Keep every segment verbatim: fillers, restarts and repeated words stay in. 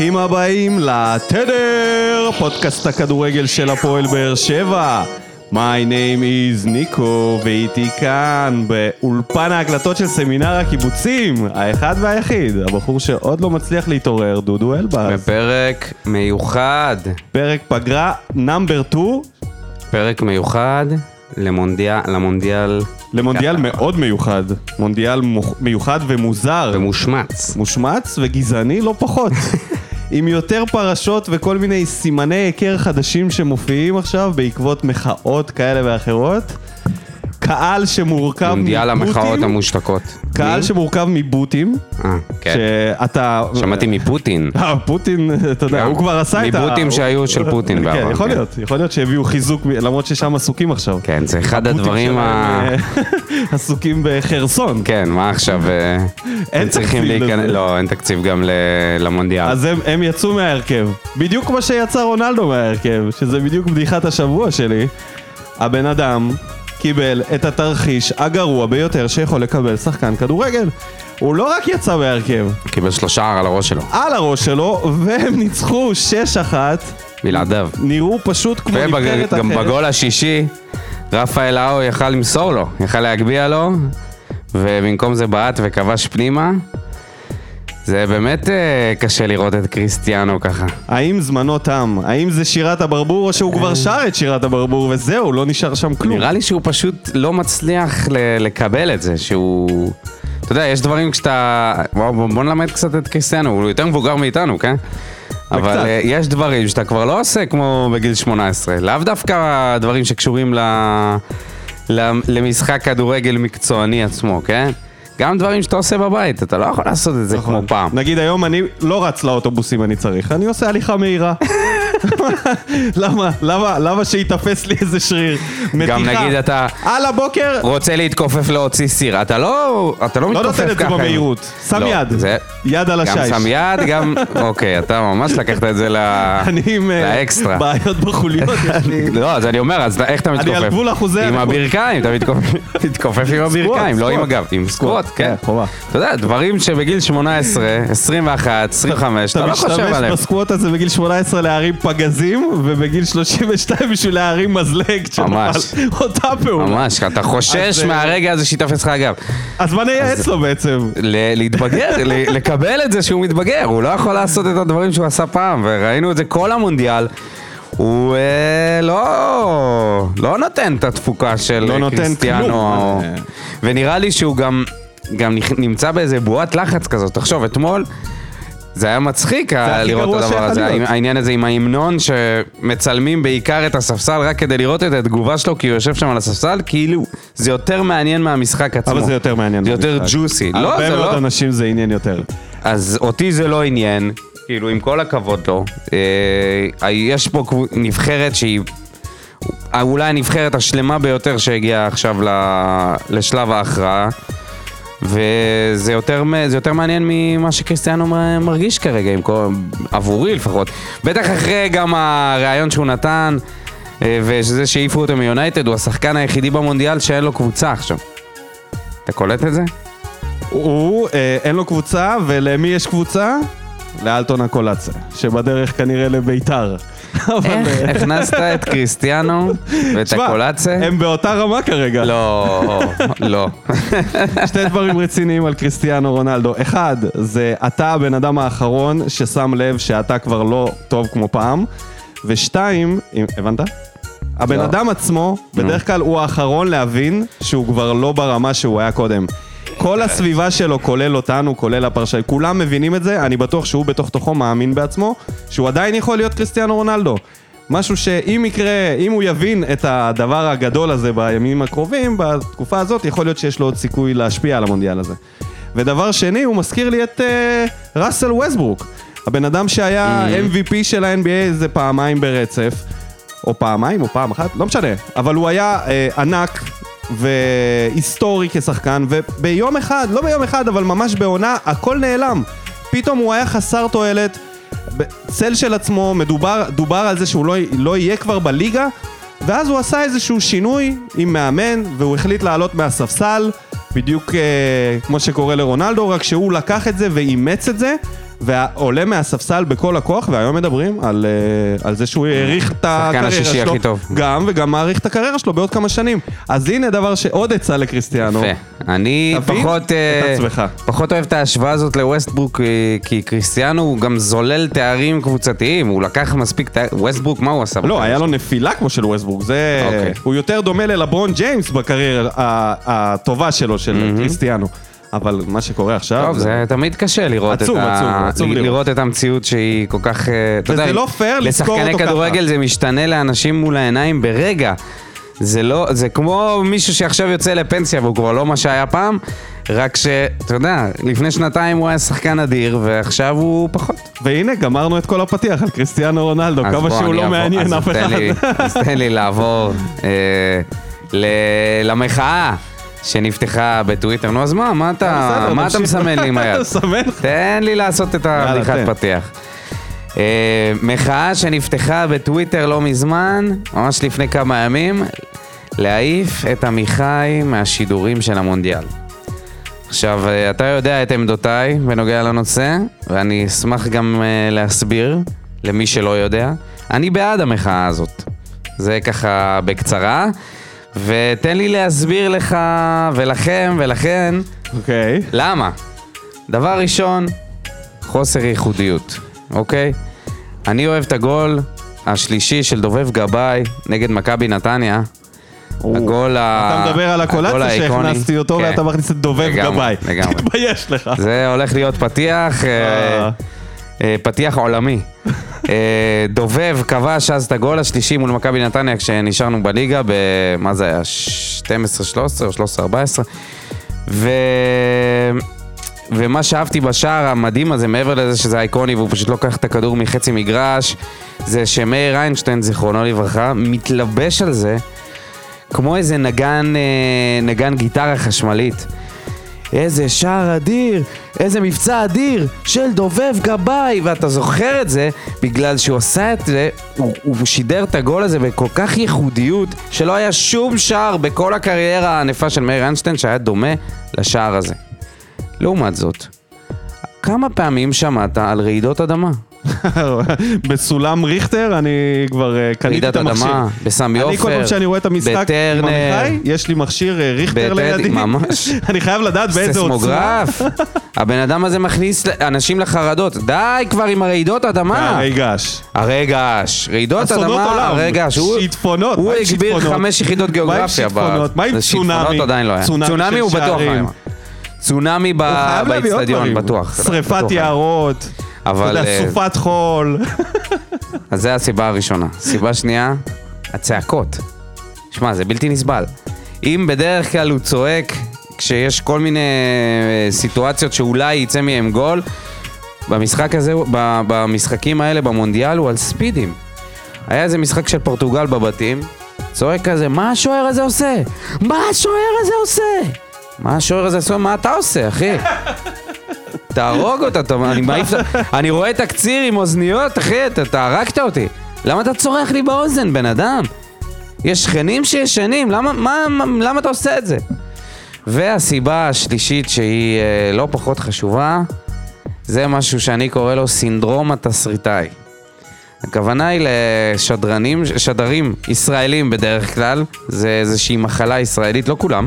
ברוכים הבאים לתדר, פודקאסט הכדורגל של הפועל באר שבע. My name is ניקו, ואיתי כאן באולפן ההקלטות של סמינר הקיבוצים, האחד והיחיד, הבחור שעוד לא מצליח להתעורר, דודו אלבאס. בפרק מיוחד. פרק פגרה נאמבר שתיים. פרק מיוחד למונדיאל, למונדיאל. למונדיאל מאוד מיוחד. מונדיאל מיוחד ומוזר. ומושמץ. מושמץ וגזעני לא פחות. עם יותר פרשות וכל מיני סימני היכר חדשים שמופיעים עכשיו בעקבות מחאות כאלה ואחרות. קהל שמורכב מבוטים. מונדיאל המחאות המושתקות. קהל שמורכב מבוטים. אה, כן. שאתה... שמעתי מפוטין. אה, פוטין, אתה יודע, הוא כבר עשה את ה... מבוטים שהיו של פוטין בעבר. כן, יכול להיות. יכול להיות שהביאו חיזוק, למרות ששם עסוקים עכשיו. כן, זה אחד הדברים ה... עסוקים בחרסון. כן, מה עכשיו? אין תקציב לזה. לא, אין תקציב גם למונדיאל. אז הם יצאו מההרכב. בדיוק כמו שיצא רונלדו מההרכב, שזה בדיוק בדיחת השבוע שלי. הבן אדם קיבל את התרחיש הגרוע ביותר שיכול לקבל שחקן כדורגל. הוא לא רק יצא בהרכב. קיבל שלושה על הראש שלו. על הראש שלו, והם ניצחו שש אחת. בלעדיו. נראו פשוט כמו נבחרת אחרת. וגם בגול השישי, רפאל לאו יכל למסור לו, יכל להגביע לו, ובמקום זה בעט וכבש פנימה. זה באמת uh, קשה לראות את קריסטיאנו ככה. האם זמנו תם? האם זה שירת הברבור או שהוא כבר שר את שירת הברבור וזהו, לא נשאר שם כלום? נראה לי שהוא פשוט לא מצליח ל- לקבל את זה, שהוא... אתה יודע, יש דברים כשאתה... בוא, בוא נלמד קצת את קריסטיאנו, הוא יותר מבוגר מאיתנו, כן? אבל uh, יש דברים שאתה כבר לא עושה כמו בגיל שמונה עשרה. לאו דווקא דברים שקשורים ל... ל... למשחק כדורגל מקצועני עצמו, כן? גם דברים שאתה עושה בבית, אתה לא יכול לעשות את זה נכון. כמו פעם. נגיד היום אני לא רץ לאוטובוסים אני צריך, אני עושה הליכה מהירה. למה? למה? למה שיתפס לי איזה שריר? מתיחה. גם נגיד אתה... על הבוקר... רוצה להתכופף להוציא סיר, אתה לא... אתה לא מתכופף ככה. לא נותן את זה במהירות. שם לא, יד. זה... יד על השיש. גם שם יד, גם... אוקיי, אתה ממש לקחת את זה לא... אני עם לאקסטרה. בעיות בחוליות. לא, אז אני אומר, אז איך אתה מתכופף? אני על גבול אחוזי... עם הברכיים, אתה מתכופף עם הברכיים, לא עם הגב, עם סקווט, כן. חובה. אתה יודע, דברים שבגיל שמונה עשרה, עשרים ואחת, עשרים וחמש, אתה לא חושב עליהם. אתה משתמש בסקווט הזה בגיל שמונה עשרה להרים פגזים, ובגיל שלושים ושתיים בשביל להרים מזלג. ממש. אותה פעולה. ממש, אתה חושש מהרגע הזה שיתפס לך הגב. אז מה נייעץ לו בעצם? להתבגר, לקבל את זה שהוא מתבגר, הוא לא יכול לעשות את הדברים שהוא עשה פעם, וראינו את זה כל המונדיאל. הוא אה, לא, לא נותן את התפוקה של לא קריסטיאנו, או... ונראה לי שהוא גם, גם נמצא באיזה בועת לחץ כזאת. תחשוב, אתמול זה היה מצחיק לראות את הדבר הזה, העניין הזה עם ההמנון שמצלמים בעיקר את הספסל רק כדי לראות את התגובה שלו, כי הוא יושב שם על הספסל, כאילו זה יותר מעניין מהמשחק עצמו. אבל זה יותר מעניין. זה יותר ג'וסי. הרבה מאוד אנשים זה עניין יותר. אז אותי זה לא עניין. כאילו, עם כל הכבוד לו, אה, יש פה נבחרת שהיא אולי הנבחרת השלמה ביותר שהגיעה עכשיו לשלב ההכרעה, וזה יותר, זה יותר מעניין ממה שקריסטיאנו מרגיש כרגע, עם כל, עבורי לפחות. בטח אחרי גם הרעיון שהוא נתן, ושזה שהעיפו אותו מיונייטד, הוא השחקן היחידי במונדיאל שאין לו קבוצה עכשיו. אתה קולט את זה? הוא, אה, אין לו קבוצה, ולמי יש קבוצה? לאלטון הקולצה, שבדרך כנראה לביתר. איך הכנסת את קריסטיאנו ואת הקולצה? הם באותה רמה כרגע. לא, לא. שתי דברים רציניים על קריסטיאנו רונלדו. אחד, זה אתה הבן אדם האחרון ששם לב שאתה כבר לא טוב כמו פעם. ושתיים, הבנת? הבן אדם עצמו, בדרך כלל הוא האחרון להבין שהוא כבר לא ברמה שהוא היה קודם. כל הסביבה שלו, כולל אותנו, כולל הפרשי, כולם מבינים את זה, אני בטוח שהוא בתוך תוכו מאמין בעצמו, שהוא עדיין יכול להיות קריסטיאנו רונלדו. משהו שאם יקרה, אם הוא יבין את הדבר הגדול הזה בימים הקרובים, בתקופה הזאת, יכול להיות שיש לו עוד סיכוי להשפיע על המונדיאל הזה. ודבר שני, הוא מזכיר לי את uh, ראסל ווסטברוק, הבן אדם שהיה אם וי פי של ה-אן בי איי איזה פעמיים ברצף, או פעמיים או פעם אחת, לא משנה, אבל הוא היה uh, ענק, והיסטורי כשחקן, וביום אחד, לא ביום אחד, אבל ממש בעונה, הכל נעלם. פתאום הוא היה חסר תועלת, צל של עצמו, מדובר, דובר על זה שהוא לא, לא יהיה כבר בליגה, ואז הוא עשה איזשהו שינוי עם מאמן, והוא החליט לעלות מהספסל, בדיוק אה, כמו שקורה לרונלדו, רק שהוא לקח את זה ואימץ את זה, ועולה מהספסל בכל הכוח, והיום מדברים על, על זה שהוא העריך את הקריירה שלו. גם, וגם מעריך את הקריירה שלו בעוד כמה שנים. אז הנה דבר שעוד הצע לקריסטיאנו. יפה. אני פחות, פחות אוהב את ההשוואה הזאת לווסטברוק, כי קריסטיאנו הוא גם זולל תארים קבוצתיים, הוא לקח מספיק תארים, ווסטברוק מה הוא עשה? לא, היה לו נפילה כמו של ווסטברוק, זה... הוא יותר דומה ללברון ג'יימס בקריירה הטובה שלו של קריסטיאנו. אבל מה שקורה עכשיו... טוב, זה תמיד קשה לראות, עצוב, את, עצוב, ה... עצוב לראות. לראות את המציאות שהיא כל כך... וזה לא פייר לזכור אותו ככה. לשחקני כדורגל זה משתנה לאנשים מול העיניים ברגע. זה לא, זה כמו מישהו שעכשיו יוצא לפנסיה והוא כבר לא מה שהיה פעם, רק שאתה יודע, לפני שנתיים הוא היה שחקן אדיר ועכשיו הוא פחות. והנה, גמרנו את כל הפתיח על קריסטיאנו רונלדו, כמה שהוא לא מעניין אף אחד. אז תן לי לעבור למחאה שנפתחה בטוויטר. נו, אז מה, מה אתה, מה אתה מסמן לי עם היד? תן לי לעשות את הבדיחת פתיח. מחאה שנפתחה בטוויטר לא מזמן, ממש לפני כמה ימים, להעיף את עמיחי מהשידורים של המונדיאל. עכשיו, אתה יודע את עמדותיי בנוגע לנושא, ואני אשמח גם להסביר למי שלא יודע. אני בעד המחאה הזאת. זה ככה בקצרה, ותן לי להסביר לך ולכם ולכן, אוקיי. למה? דבר ראשון, חוסר ייחודיות. אוקיי? אני אוהב את הגול השלישי של דובב גבאי נגד מכבי נתניה. הגול ה... אתה מדבר על הקולציה שהכנסתי אותו ואתה מכניס את דובב גבאי. תתבייש לך. זה הולך להיות פתיח, פתיח עולמי. דובב כבש אז את הגול השלישי מול מכבי נתניה כשנשארנו בליגה, במה זה היה? שתים עשרה שלוש עשרה או שלוש עשרה ארבע עשרה. ו... ומה שאהבתי בשער המדהים הזה, מעבר לזה שזה אייקוני והוא פשוט לוקח את הכדור מחצי מגרש, זה שמאיר איינשטיין, זיכרונו לברכה, מתלבש על זה כמו איזה נגן, נגן גיטרה חשמלית. איזה שער אדיר, איזה מבצע אדיר של דובב גבאי, ואתה זוכר את זה בגלל שהוא עשה את זה, הוא, הוא שידר את הגול הזה בכל כך ייחודיות, שלא היה שום שער בכל הקריירה הענפה של מאיר איינשטיין שהיה דומה לשער הזה. לעומת זאת, כמה פעמים שמעת על רעידות אדמה? בסולם ריכטר, אני כבר קניתי את המכשיר. רעידת אדמה, בסמי עופר, אני כל פעם שאני רואה את המשחק עם עמיחי, יש לי מכשיר ריכטר לידי. ממש. אני חייב לדעת באיזה עוצמה. ססמוגרף. הבן אדם הזה מכניס אנשים לחרדות. די כבר עם הרעידות אדמה. הרגש. הרגש. רעידות אדמה, הרגש. שיטפונות. הוא הגביר חמש יחידות גיאוגרפיה. מה עם צונאמי? עדיין לא היה. צונאמי הוא בטוח היה. צונאמי באצטדיון, בטוח. שריפת יערות, סופת חול. אז זה הסיבה הראשונה. סיבה שנייה, הצעקות. שמע, זה בלתי נסבל. אם בדרך כלל הוא צועק כשיש כל מיני סיטואציות שאולי יצא מהם גול, במשחק הזה, במשחקים האלה במונדיאל הוא על ספידים. היה איזה משחק של פורטוגל בבתים, צועק כזה, מה השוער הזה עושה? מה השוער הזה עושה? מה השוער הזה עושה? מה אתה עושה, אחי? תהרוג אותה, אני מעיף... אני רואה את הקציר עם אוזניות, אחי, אתה הרגת אותי. למה אתה צורח לי באוזן, בן אדם? יש שכנים שישנים, למה, מה, למה אתה עושה את זה? והסיבה השלישית שהיא אה, לא פחות חשובה, זה משהו שאני קורא לו סינדרום התסריטאי. הכוונה היא לשדרנים, שדרים ישראלים בדרך כלל, זה איזושהי מחלה ישראלית, לא כולם,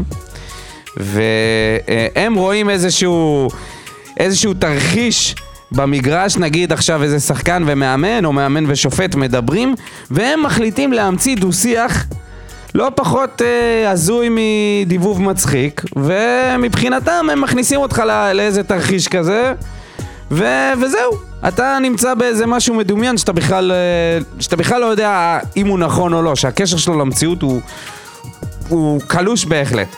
והם רואים איזשהו, איזשהו תרחיש במגרש, נגיד עכשיו איזה שחקן ומאמן או מאמן ושופט מדברים, והם מחליטים להמציא דו-שיח לא פחות אה, הזוי מדיבוב מצחיק, ומבחינתם הם מכניסים אותך לא, לאיזה תרחיש כזה, ו, וזהו. אתה נמצא באיזה משהו מדומיין שאתה בכלל, שאתה בכלל לא יודע אם הוא נכון או לא, שהקשר שלו למציאות הוא, הוא קלוש בהחלט.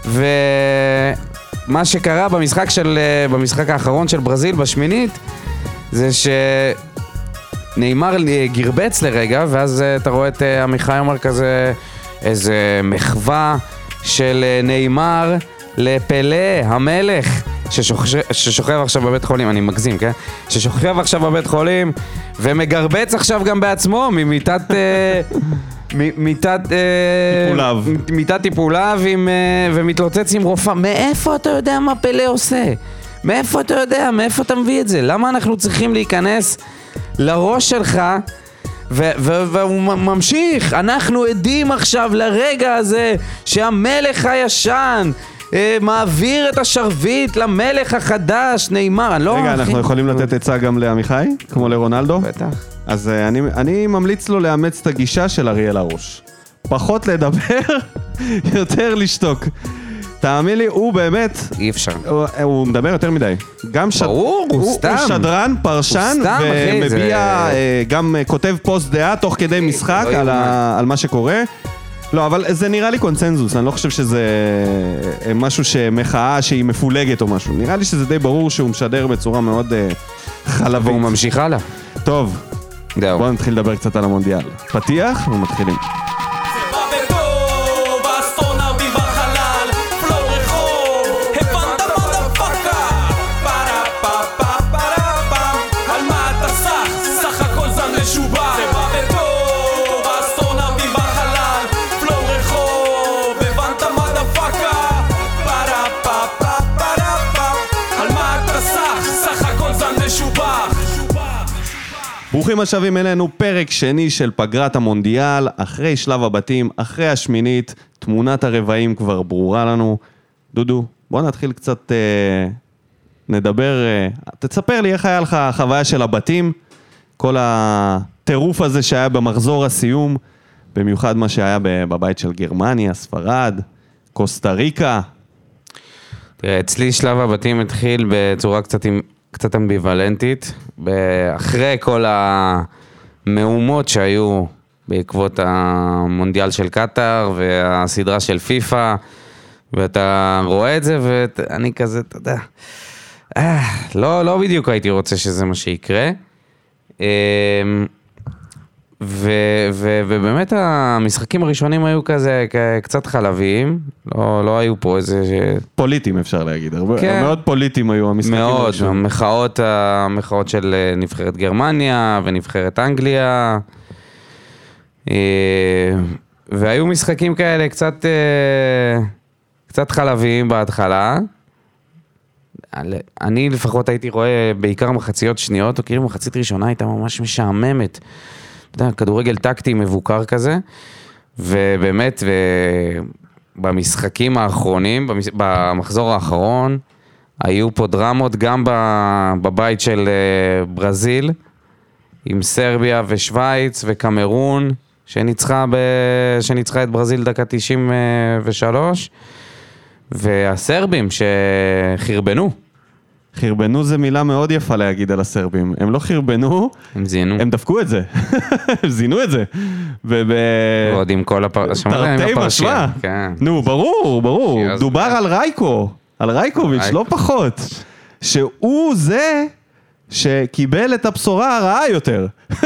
ומה שקרה במשחק של, במשחק האחרון של ברזיל בשמינית, זה שניימר גרבץ לרגע, ואז אתה רואה את עמיחי אומר כזה, איזה מחווה של ניימר לפלה, המלך, ששוכב, ששוכב עכשיו בבית חולים, אני מגזים, כן? ששוכב עכשיו בבית חולים ומגרבץ עכשיו גם בעצמו ממיטת מיטת טיפוליו מיטת טיפוליו ומתלוצץ עם רופא. מאיפה אתה יודע מה פלה עושה? מאיפה אתה יודע? מאיפה אתה מביא את זה? למה אנחנו צריכים להיכנס לראש שלך והוא ממשיך? אנחנו עדים עכשיו לרגע הזה שהמלך הישן מעביר את השרביט למלך החדש, נאמר. רגע, אנחנו יכולים לתת עצה גם לעמיחי, כמו לרונלדו? בטח. אז אני, אני ממליץ לו לאמץ את הגישה של אריאל הרוש. פחות לדבר, יותר לשתוק. תאמין לי, הוא באמת... אי אפשר. הוא, הוא מדבר יותר מדי. גם ש... ברור, הוא, הוא סתם. הוא שדרן, פרשן, הוא סתם, ומביע, זה... גם כותב פוסט דעה תוך כדי משחק לא על, ה, על מה שקורה. לא, אבל זה נראה לי קונצנזוס, אני לא חושב שזה משהו שמחאה שהיא מפולגת או משהו. נראה לי שזה די ברור שהוא משדר בצורה מאוד חלבית. והוא ממשיך הלאה. טוב, בואו נתחיל לדבר קצת על המונדיאל. פתיח ומתחילים. ברוכים השבים אלינו, פרק שני של פגרת המונדיאל, אחרי שלב הבתים, אחרי השמינית, תמונת הרבעים כבר ברורה לנו. דודו, בוא נתחיל קצת, אה, נדבר, אה, תספר לי איך היה לך החוויה של הבתים, כל הטירוף הזה שהיה במחזור הסיום, במיוחד מה שהיה בבית של גרמניה, ספרד, קוסטה ריקה. תראה, אצלי שלב הבתים התחיל בצורה קצת עם... קצת אמביוולנטית, אחרי כל המהומות שהיו בעקבות המונדיאל של קטר והסדרה של פיפה, ואתה רואה את זה ואני כזה, אתה יודע, אה, לא, לא בדיוק הייתי רוצה שזה מה שיקרה. ו, ו, ובאמת המשחקים הראשונים היו כזה קצת חלביים, לא, לא היו פה איזה... פוליטיים אפשר להגיד, הרבה, כן. מאוד פוליטיים היו המשחקים מאוד, הראשונים. המחאות, המחאות של נבחרת גרמניה ונבחרת אנגליה, והיו משחקים כאלה קצת, קצת חלביים בהתחלה. אני לפחות הייתי רואה בעיקר מחציות שניות, או כאילו מחצית ראשונה הייתה ממש משעממת. אתה יודע, כדורגל טקטי מבוקר כזה, ובאמת, במשחקים האחרונים, במחזור האחרון, היו פה דרמות גם בבית של ברזיל, עם סרביה ושוויץ וקמרון, שניצחה, ב... שניצחה את ברזיל דקה תשעים ושלוש, והסרבים שחרבנו. חרבנו זה מילה מאוד יפה להגיד על הסרבים. הם לא חרבנו, הם זינו. הם דפקו את זה. הם זינו את זה. ועוד עם כל הפרשיה. תרתי משמע. נו, ברור, ברור. דובר על רייקו, על רייקוביץ', לא פחות. שהוא זה שקיבל את הבשורה הרעה יותר.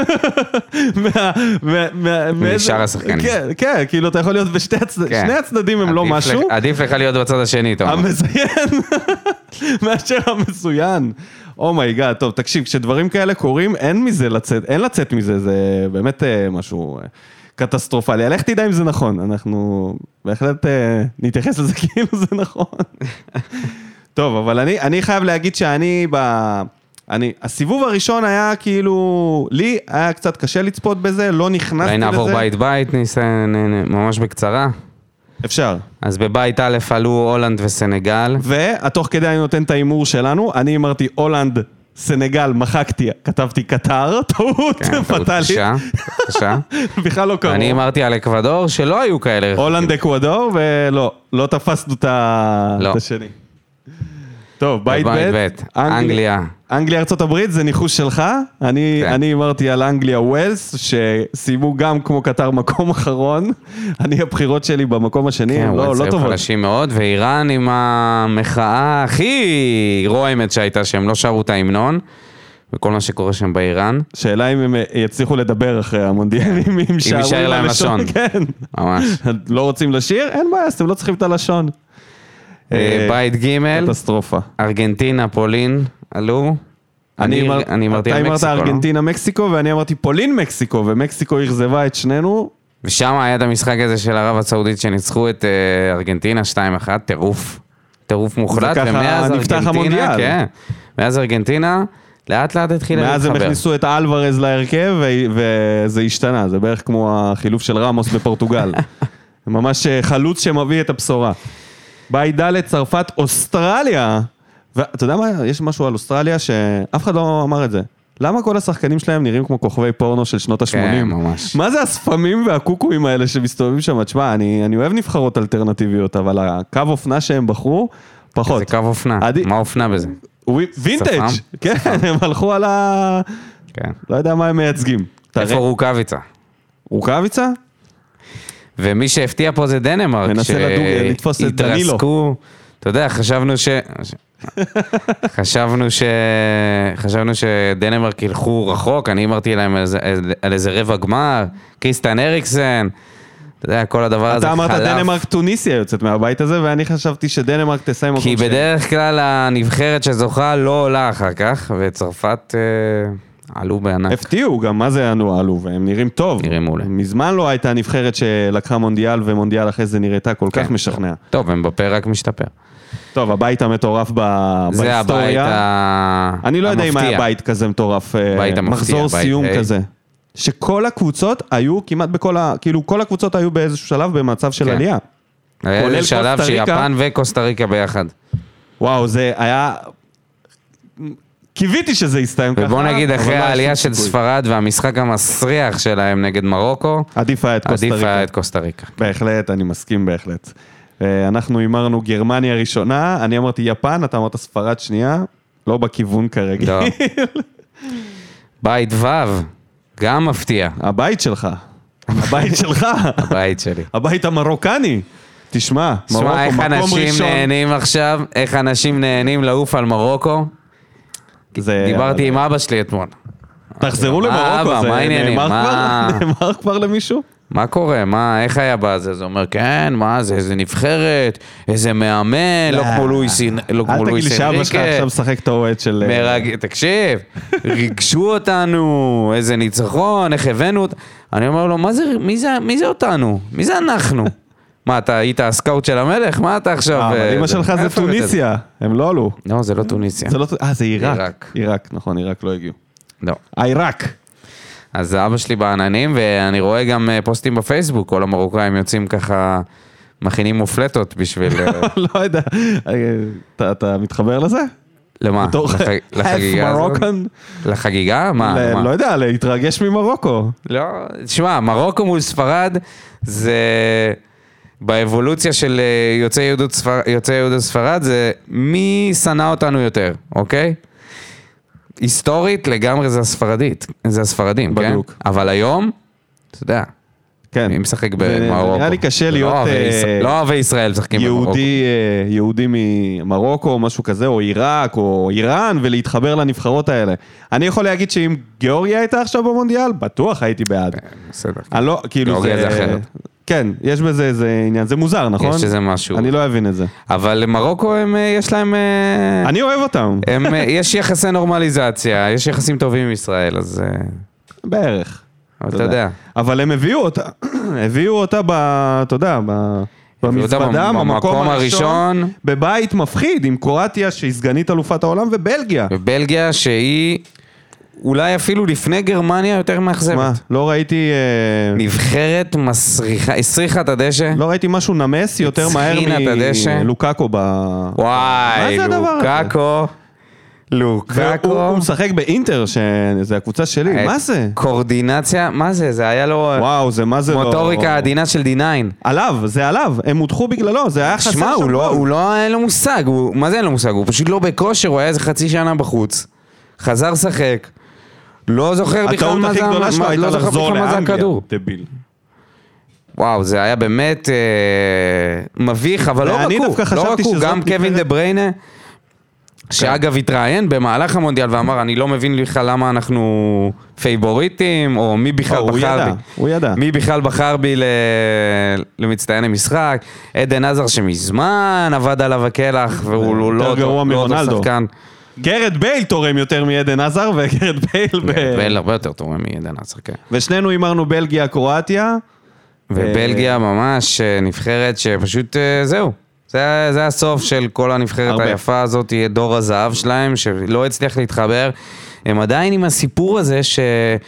משאר השחקנים. כן, כאילו אתה יכול להיות בשני הצדדים הם לא משהו. עדיף לך להיות בצד השני, תומר. המזיין, מאשר המסוין. אומייגאד, טוב, תקשיב, כשדברים כאלה קורים, אין מזה לצאת, אין לצאת מזה, זה באמת משהו קטסטרופלי. לך תדע אם זה נכון, אנחנו בהחלט נתייחס לזה כאילו זה נכון. טוב, אבל אני, אני חייב להגיד שאני ב... אני, הסיבוב הראשון היה כאילו, לי היה קצת קשה לצפות בזה, לא נכנסתי לזה. נעבור בית בית, ניסה, ממש בקצרה. אפשר. אז בבית א' עלו הולנד וסנגל. והתוך כדי אני נותן את האימור שלנו, אני אמרתי הולנד, סנגל, מחקתי, כתבתי קטר, טעות, פטלית. קשה, קשה. בכלל לא קרוב. אני אמרתי על אקוודור שלא היו כאלה. הולנד אקוודור, ולא, לא תפסנו את השני. טוב, בית בית, אנגליה. אנגליה ארצות הברית זה ניחוש שלך, אני, אני אמרתי על אנגליה ווילס, שסיימו גם כמו קטר מקום אחרון, אני הבחירות שלי במקום השני, כן, לא, לא טובות. חלשים מאוד, ואיראן עם המחאה הכי רועמת שהייתה, שהם לא שרו את ההמנון, וכל מה שקורה שם באיראן. שאלה אם הם יצליחו לדבר אחרי המונדיאלים, אם יישאר להם לשון. כן. ממש. לא רוצים לשיר? אין בעיה, אתם לא צריכים את הלשון. בית ג' קטסטרופה. ארגנטינה, פולין, עלו. אני אמרתי על מקסיקו. אתה אמרת ארגנטינה, מקסיקו, ואני אמרתי פולין, מקסיקו, ומקסיקו הכזבה את שנינו. ושם היה את המשחק הזה של ערב הסעודית שניצחו את ארגנטינה, שתיים אחת, טירוף. טירוף מוחלט, וככה ומאז נפתח ארגנטינה, המונדיאל. כן, מאז ארגנטינה, לאט לאט התחילה מאז הם להתחבר. הכניסו את אלוורז להרכב, ו- וזה השתנה, זה בערך כמו החילוף של רמוס בפורטוגל. ממש חלוץ שמביא את הבשורה. בית ד' צרפת, אוסטרליה. ואתה יודע מה, יש משהו על אוסטרליה שאף אחד לא אמר את זה. למה כל השחקנים שלהם נראים כמו כוכבי פורנו של שנות ה-שמונים? כן, ממש. מה זה הספמים והקוקואים האלה שמסתובבים שם? תשמע, אני, אני אוהב נבחרות אלטרנטיביות, אבל הקו אופנה שהם בחרו, פחות. זה קו אופנה, עדי... מה אופנה בזה? וינטג', כן, הם הלכו על ה... כן. לא יודע מה הם מייצגים. איפה רוקאביצה? רוקאביצה? ומי שהפתיע פה זה דנמרק, מנסה לדוג, לתפוס את דנילו. שהתרסקו, אתה יודע, חשבנו ש... חשבנו ש... חשבנו שדנמרק ילכו רחוק, אני אמרתי להם על, על איזה רבע גמר, קריסטן אריקסן, אתה יודע, כל הדבר הזה חלף. אתה אמרת דנמרק טוניסיה יוצאת מהבית הזה, ואני חשבתי שדנמרק תסיים מקום כי שני. בדרך כלל הנבחרת שזוכה לא עולה אחר כך, וצרפת אה, עלו בענק. הפתיעו גם, מה זה ענו עלו, והם נראים טוב. נראים מעולה. מזמן לא הייתה נבחרת שלקחה מונדיאל, ומונדיאל אחרי זה נראתה כל כך משכנע. טוב, הם בפה רק משתפר. טוב, הבית המטורף בהיסטוריה. זה הבית המפתיע. אני לא יודע אם היה בית כזה מטורף, מחזור סיום כזה. שכל הקבוצות היו כמעט בכל ה... כאילו, כל הקבוצות היו באיזשהו שלב במצב של עלייה. היה איזה שלב שיפן וקוסטה ריקה ביחד. וואו, זה היה... קיוויתי שזה יסתיים ככה. ובוא נגיד, אחרי העלייה של ספרד והמשחק המסריח שלהם נגד מרוקו, עדיף היה את קוסטה ריקה. עדיף היה את קוסטה ריקה. בהחלט, אני מסכים בהחלט. אנחנו אמרנו גרמניה ראשונה, אני אמרתי יפן, אתה אמרת ספרד שנייה, לא בכיוון כרגע. לא. בית ו' גם מפתיע. הבית שלך. הבית שלך. הבית שלי. הבית המרוקני. תשמע, מרוקו, מקום ראשון. איך אנשים נהנים עכשיו, איך אנשים נהנים לעוף על מרוקו. דיברתי עם אבא שלי אתמול. תחזרו למרוקו, זה נאמר כבר למישהו? מה קורה? מה, איך היה בזה? זה אומר, כן, מה זה, איזה נבחרת, איזה מאמן, לא כמו לואיס אנריקה. אל תגיד לי שאבא שלך עכשיו משחק את האוהד של... תקשיב, ריגשו אותנו, איזה ניצחון, איך הבאנו אותנו. אני אומר לו, מי זה אותנו? מי זה אנחנו? מה, אתה היית הסקאוט של המלך? מה אתה עכשיו? אבל אמא שלך זה טוניסיה, הם לא עלו. לא, זה לא טוניסיה. אה, זה עיראק. עיראק, נכון, עיראק לא הגיעו. לא. עיראק. אז אבא שלי בעננים, ואני רואה גם פוסטים בפייסבוק, כל המרוקאים יוצאים ככה, מכינים מופלטות בשביל... לא יודע, אתה מתחבר לזה? למה? לחגיגה הזאת? לחגיגה? מה? לא יודע, להתרגש ממרוקו. לא, תשמע, מרוקו מול ספרד, זה... באבולוציה של יוצאי יהודות ספרד, זה מי שנא אותנו יותר, אוקיי? היסטורית לגמרי זה הספרדית, זה הספרדים, כן? בדיוק. אבל היום, אתה יודע, כן. מי משחק במרוקו? נראה לי קשה להיות... לא אוהבי ישראל משחקים במרוקו. יהודי ממרוקו או משהו כזה, או עיראק, או איראן, ולהתחבר לנבחרות האלה. אני יכול להגיד שאם גיאורגיה הייתה עכשיו במונדיאל, בטוח הייתי בעד. בסדר. אני לא, כאילו זה... גיאורגיה זה אחרת. כן, יש בזה איזה עניין, זה מוזר, נכון? יש איזה משהו. אני לא אבין את זה. אבל למרוקו הם, יש להם... אני אוהב אותם. הם, יש יחסי נורמליזציה, יש יחסים טובים עם ישראל, אז... בערך. אבל אתה יודע. אבל הם הביאו אותה, הביאו אותה, אתה יודע, במזוודה, במקום הראשון, בבית מפחיד, עם קרואטיה שהיא סגנית אלופת העולם, ובלגיה. ובלגיה שהיא... אולי אפילו לפני גרמניה יותר מאכזבת. מה? לא ראיתי... נבחרת מסריחה, הסריחה את הדשא. לא ראיתי משהו נמס יותר מהר מלוקאקו ב... וואי, לוקאקו. לוקאקו. הוא משחק באינטר, שזה הקבוצה שלי. מה זה? קורדינציה, מה זה? זה היה לו... וואו, זה מה זה לא... מוטוריקה עדינה של די ניין. עליו, זה עליו. הם הודחו בגללו, זה היה חסר שם. שמע, הוא לא היה לו מושג. מה זה אין לו מושג? הוא פשוט לא בכושר, הוא היה איזה חצי שנה בחוץ. חזר שחק. לא זוכר בכלל מה זה, לא זוכר בכלל מה זה הכדור. דביל. וואו, זה היה באמת מביך, אבל לא רקו, לא רקו, גם קווין דה בריינה, שאגב התראיין במהלך המונדיאל ואמר, אני לא מבין בכלל למה אנחנו פייבוריטים, או מי בכלל בחר בי. הוא ידע. מי בכלל בחר בי למצטיין המשחק. עדן עזר שמזמן עבד עליו הכלח, והוא לא אותו שחקן. גרד בייל תורם יותר מעדן עזר, וגרד בייל... גרד בייל הרבה יותר תורם מעדן עזר, כן. ושנינו אמרנו בלגיה, קרואטיה. ובלגיה ממש נבחרת שפשוט זהו. זה, זה הסוף של כל הנבחרת הרבה. היפה הזאת, תהיה דור הזהב שלהם, שלא הצליח להתחבר. הם עדיין עם הסיפור הזה ש...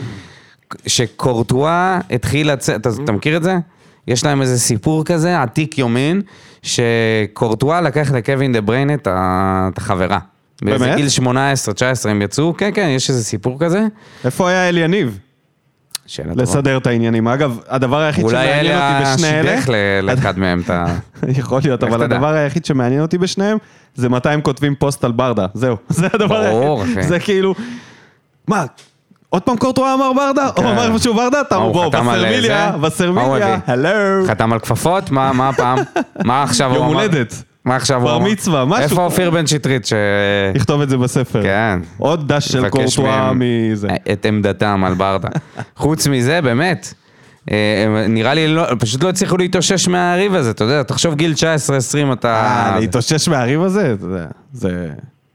שקורטואה התחיל לצאת, אתה, אתה מכיר את זה? יש להם איזה סיפור כזה, עתיק יומין, שקורטואה לקח לקווין דה בריין את החברה. באמת? באיזה גיל שמונה עשרה תשע עשרה הם יצאו, כן, כן, יש איזה סיפור כזה. איפה היה אל יניב? לסדר את העניינים. אגב, הדבר היחיד שמעניין אותי בשני אלה... אולי היה שידך לאחד מהם את ה... יכול להיות, אבל הדבר היחיד שמעניין אותי בשניהם, זה מתי הם כותבים פוסט על ברדה. זהו, זה הדבר היחיד. זה כאילו... מה? עוד פעם קורטואה אמר ברדה? או אמר משהו ברדה? תאמו בואו, בסרמיליה, בסרמיליה, הלו. חתם על כפפות? מה הפעם? מה עכשיו הוא אמר? יום הולדת. מה עכשיו הוא אמר? בר מצווה, משהו. איפה אופיר בן שטרית ש... יכתוב את זה בספר. כן. עוד דש של קורטואה מזה. את עמדתם על ברדה. חוץ מזה, באמת, נראה לי, פשוט לא הצליחו להתאושש מהריב הזה, אתה יודע, תחשוב גיל תשע עשרה עשרים אתה... אה, להתאושש מהריב הזה? אתה יודע, זה...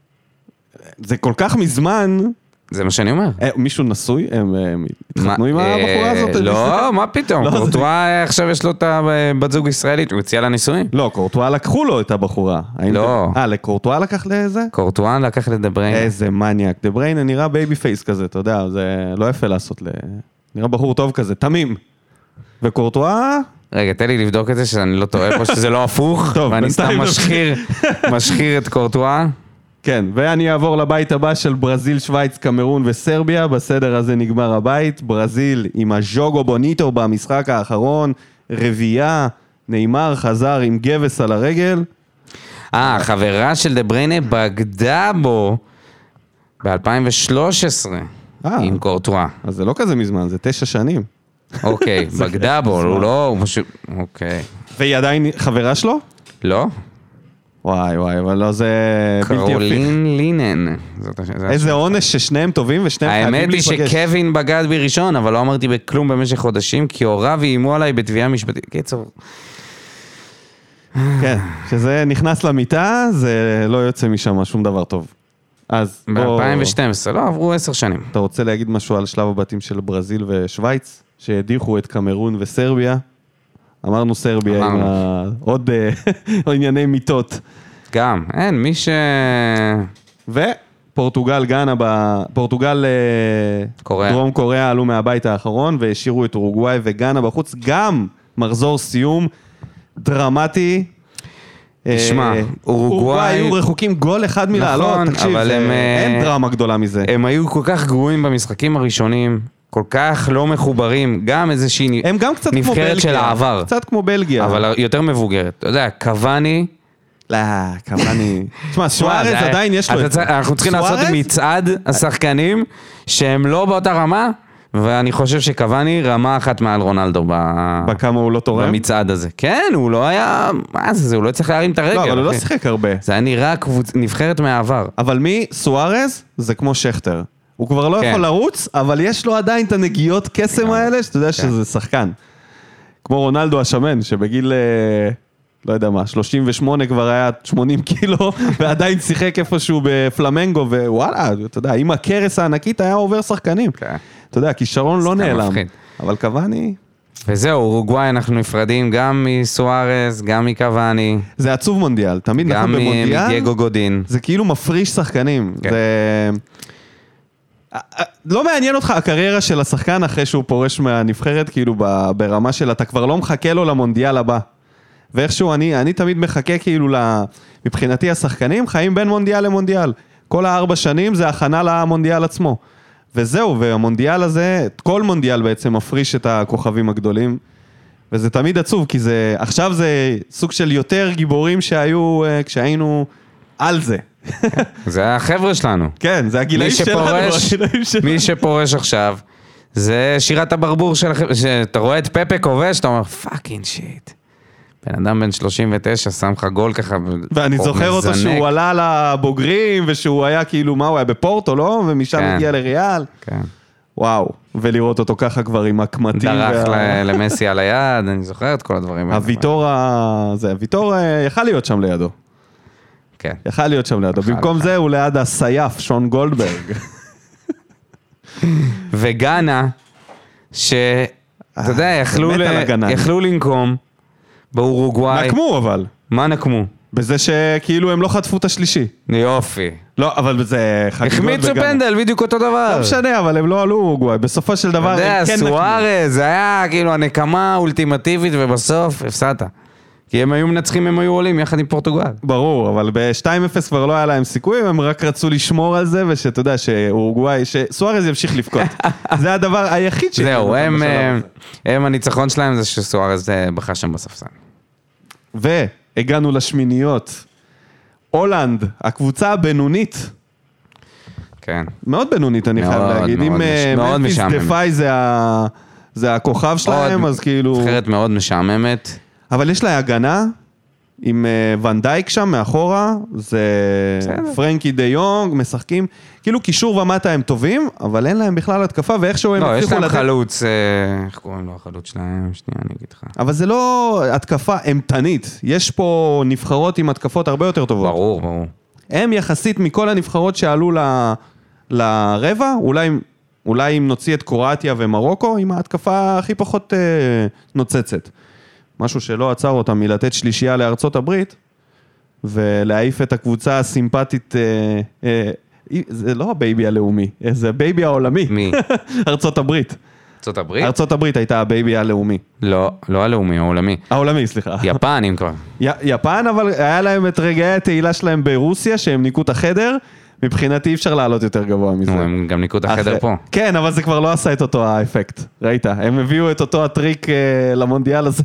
זה כל כך מזמן... זה מה שאני אומר. מישהו נשוי? הם התחתנו עם הבחורה הזאת? לא, מה פתאום? קורטואה עכשיו יש לו את הבת זוג ישראלית, הוא הציע לה נישואים. לא, קורטואה לקחו לו את הבחורה. לא. אה, לקורטואה לקח לזה? קורטואה לקח לדה בריין. איזה מניאק. דה בריין נראה בייבי פייס כזה, אתה יודע, זה לא יפה לעשות ל... נראה בחור טוב כזה, תמים. וקורטואה... רגע, תן לי לבדוק את זה, שאני לא טועה פה, שזה לא הפוך, ואני סתם משחיר, משחיר את קורטואה. כן, ואני אעבור לבית הבא של ברזיל, שוויץ, קמרון וסרביה, בסדר הזה נגמר הבית, ברזיל עם הז'וגו בוניטו במשחק האחרון, רביעייה, נאמר חזר עם גבס על הרגל. אה, חברה של דה בריינה בגדה בו ב-אלפיים ושלוש עשרה עם קורטואה. אז זה לא כזה מזמן, זה תשע שנים. אוקיי, בגדה בו, הוא לא, הוא פשוט, אוקיי. והיא עדיין חברה שלו? לא. וואי וואי, אבל לא, זה בלתי הפיך. קרולין לינן. איזה עונש ששניהם טובים ושניהם חייבים להיפגש. האמת היא שקווין בגד בי ראשון, אבל לא אמרתי בכלום במשך חודשים, כי הוריו איימו עליי בתביעה משפטית. קיצור. כן, כשזה נכנס למיטה, זה לא יוצא משם שום דבר טוב. אז ב-אלפיים ושתים עשרה, לא, עברו עשר שנים. אתה רוצה להגיד משהו על שלב הבתים של ברזיל ושוויץ, שהדיחו את קמרון וסרביה? אמרנו סרביה עם עוד ענייני מיטות. גם, אין, מי ש... ופורטוגל גאנה, פורטוגל דרום קוריאה עלו מהבית האחרון, והשאירו את אורוגוואי וגאנה בחוץ, גם מחזור סיום דרמטי. תשמע, אורוגוואי היו רחוקים גול אחד מלעלות, תקשיב, אין דרמה גדולה מזה. הם היו כל כך גרועים במשחקים הראשונים, כל כך לא מחוברים, גם איזושהי נבחרת של העבר. קצת כמו בלגיה. אבל יותר מבוגרת. אתה יודע, קוואני... לא, קוואני... תשמע, סוארז עדיין יש לו את זה. אנחנו צריכים לעשות מצעד השחקנים שהם לא באותה רמה, ואני חושב שקוואני רמה אחת מעל רונלדו בכמה הוא לא תורם? במצעד הזה. כן, הוא לא היה... מה זה זה? הוא לא צריך להרים את הרגל. לא, אבל הוא לא שיחק הרבה. זה היה נראה נבחרת מהעבר. אבל מי? סוארז זה כמו שכטר. הוא כבר לא יכול לרוץ, אבל יש לו עדיין את הנגיעות קסם האלה, שאתה יודע שזה שחקן. כמו רונלדו השמן, שבגיל, לא יודע מה, שלושים ושמונה כבר היה שמונים קילו, ועדיין שיחק איפשהו בפלמנגו, ווואלה, אתה יודע, עם הקרס הענקית היה עובר שחקנים. אתה יודע, כישרון לא נעלם, אבל קוואני... וזהו, אורוגוואי אנחנו נפרדים גם מסוארז, גם מקוואני. זה עצוב מונדיאל, תמיד נכון במונדיאל. גם מדייגו גודין. זה כאילו מפריש שחקנים. זה... לא מעניין אותך הקריירה של השחקן אחרי שהוא פורש מהנבחרת, כאילו ברמה של אתה כבר לא מחכה לו למונדיאל הבא. ואיכשהו אני, אני תמיד מחכה כאילו, מבחינתי השחקנים חיים בין מונדיאל למונדיאל. כל הארבע שנים זה הכנה למונדיאל עצמו. וזהו, והמונדיאל הזה, כל מונדיאל בעצם מפריש את הכוכבים הגדולים. וזה תמיד עצוב, כי זה, עכשיו זה סוג של יותר גיבורים שהיו כשהיינו על זה. זה החבר'ה שלנו. כן, זה הגילאים שלנו. מי שפורש עכשיו, זה שירת הברבור של החבר'ה, שאתה רואה את פפה כובש, אתה אומר, פאקינג שיט. בן אדם בן שלושים ותשע, שם לך גול ככה. ואני זוכר אותו שהוא עלה לבוגרים, ושהוא היה כאילו, מה הוא היה בפורטו, לא? ומשם הגיע לריאל. כן. וואו, ולראות אותו ככה כבר עם הקמטים. דרך למסי על היד, אני זוכר את כל הדברים. הוויטור, זה, הוויטור יכל להיות שם לידו. כן. יכל להיות שם לידו. במקום זה הוא ליד הסייף, שון גולדברג. וגאנה, שאתה יודע, יכלו לנקום באורוגוואי. נקמו אבל. מה נקמו? בזה שכאילו הם לא חטפו את השלישי. יופי. לא, אבל זה חגיגות בגן. החמיצו פנדל, בדיוק אותו דבר. לא משנה, אבל הם לא עלו אורוגוואי. בסופו של דבר אתה יודע, הם כן נקנו. סוארז, זה היה כאילו הנקמה האולטימטיבית, ובסוף הפסדת. כי הם היו מנצחים, הם היו עולים יחד עם פורטוגל. ברור, אבל ב-שתיים אפס כבר לא היה להם סיכוי, הם רק רצו לשמור על זה, ושאתה יודע שאורוגוואי, שסוארז ימשיך לבכות. זה הדבר היחיד ש... זהו, הם, הם הניצחון שלהם זה שסוארז בכה שם בספסל. והגענו לשמיניות. הולנד, הקבוצה הבינונית. כן. מאוד בינונית, אני חייב להגיד. אם ממפיס דפאי זה הכוכב שלהם, אז כאילו... נבחרת מאוד משעממת. אבל יש לה הגנה עם ון דייק שם מאחורה, זה פרנקי די יונג, משחקים, כאילו קישור ומטה הם טובים, אבל אין להם בכלל התקפה, ואיכשהו הם... לא, יש להם חלוץ, איך קוראים לו החלוץ שלהם? שנייה, אני אגיד לך. אבל זה לא התקפה אמתנית, יש פה נבחרות עם התקפות הרבה יותר טובות. ברור, ברור. הם יחסית מכל הנבחרות שעלו לרבע, אולי... אולי אם נוציא את קרואטיה ומרוקו, עם ההתקפה הכי פחות נוצצת. משהו שלא עצר אותם מלתת שלישייה לארצות הברית, ולהעיף את הקבוצה הסימפטית, אה, אה, זה לא הבייבי הלאומי, זה הבייבי העולמי. מי? ארצות הברית. ארצות הברית? ארצות הברית הייתה הבייבי הלאומי. לא, לא הלאומי, העולמי. העולמי, סליחה. יפנים כבר. י, יפן, אבל היה להם את רגעי התהילה שלהם ברוסיה, שהם ניקו את החדר, מבחינתי אי אפשר לעלות יותר גבוה מזה. הם גם ניקו את החדר פה. כן, אבל זה כבר לא עשה את אותו האפקט, ראית? הם הביאו את אותו הטריק למונדיאל הזה,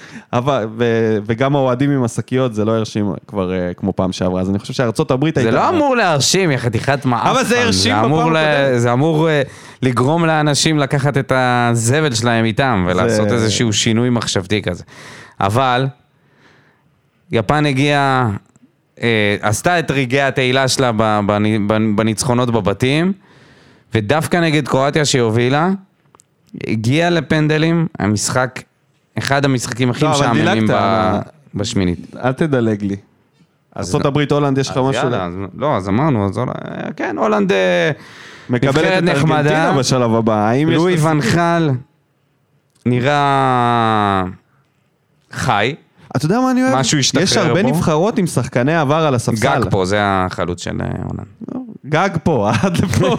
וגם האוהדים עם השקיות, זה לא הרשים כבר כמו פעם שעברה, אז אני חושב שארצות הברית הייתה... זה לא אמור להרשים, היא חתיכת מעפן. אבל זה הרשים בפעם הקודמת. זה אמור לגרום לאנשים לקחת את הזבל שלהם איתם, ולעשות איזשהו שינוי מחשבתי כזה. אבל, יפן הגיעה... עשתה את רגעי התהילה שלה בניצחונות בבתים, ודווקא נגד קרואטיה שהובילה, הגיעה לפנדלים, המשחק, אחד המשחקים הכי משעממים בשמינית. אל תדלג לי. ארצות הברית, הולנד, יש לך משהו? לא, אז אמרנו, כן, הולנד מקבלת את ארגנטינה בשלב הבא. לואי ון חל נראה חי. אתה יודע מה אני אוהב? משהו השתחרר בו. יש הרבה נבחרות עם שחקני עבר על הספסל. גג פה, זה החלוץ של הולנד. גג פה, עד לפה.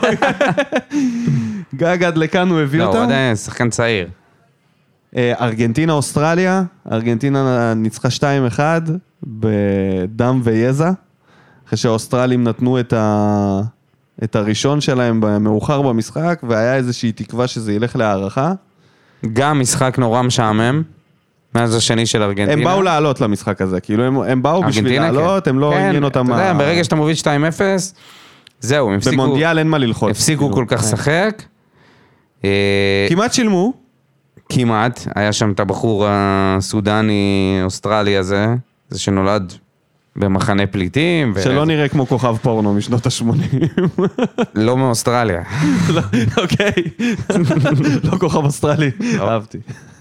גג עד לכאן הוא הביא אותם. לא, הוא עדיין שחקן צעיר. ארגנטינה, אוסטרליה. ארגנטינה ניצחה שתיים אחד בדם ויזע. אחרי שהאוסטרלים נתנו את, ה... את הראשון שלהם מאוחר במשחק, והיה איזושהי תקווה שזה ילך להערכה. גם משחק נורא משעמם. מאז השני של ארגנטינה. הם באו לעלות למשחק הזה, כאילו הם, הם באו בשביל לעלות, הם לא עניין אותם... אתה יודע, ברגע שאתה מוביל שתיים אפס, זהו, הם הפסיקו... במונדיאל אין מה ללחוץ. הפסיקו כל כך שחק. כמעט שילמו. כמעט, היה שם את הבחור הסודני, אוסטרלי הזה, זה שנולד במחנה פליטים. שלא נראה כמו כוכב פורנו משנות ה-שמונים. לא מאוסטרליה. אוקיי. לא כוכב אוסטרלי, אהבתי.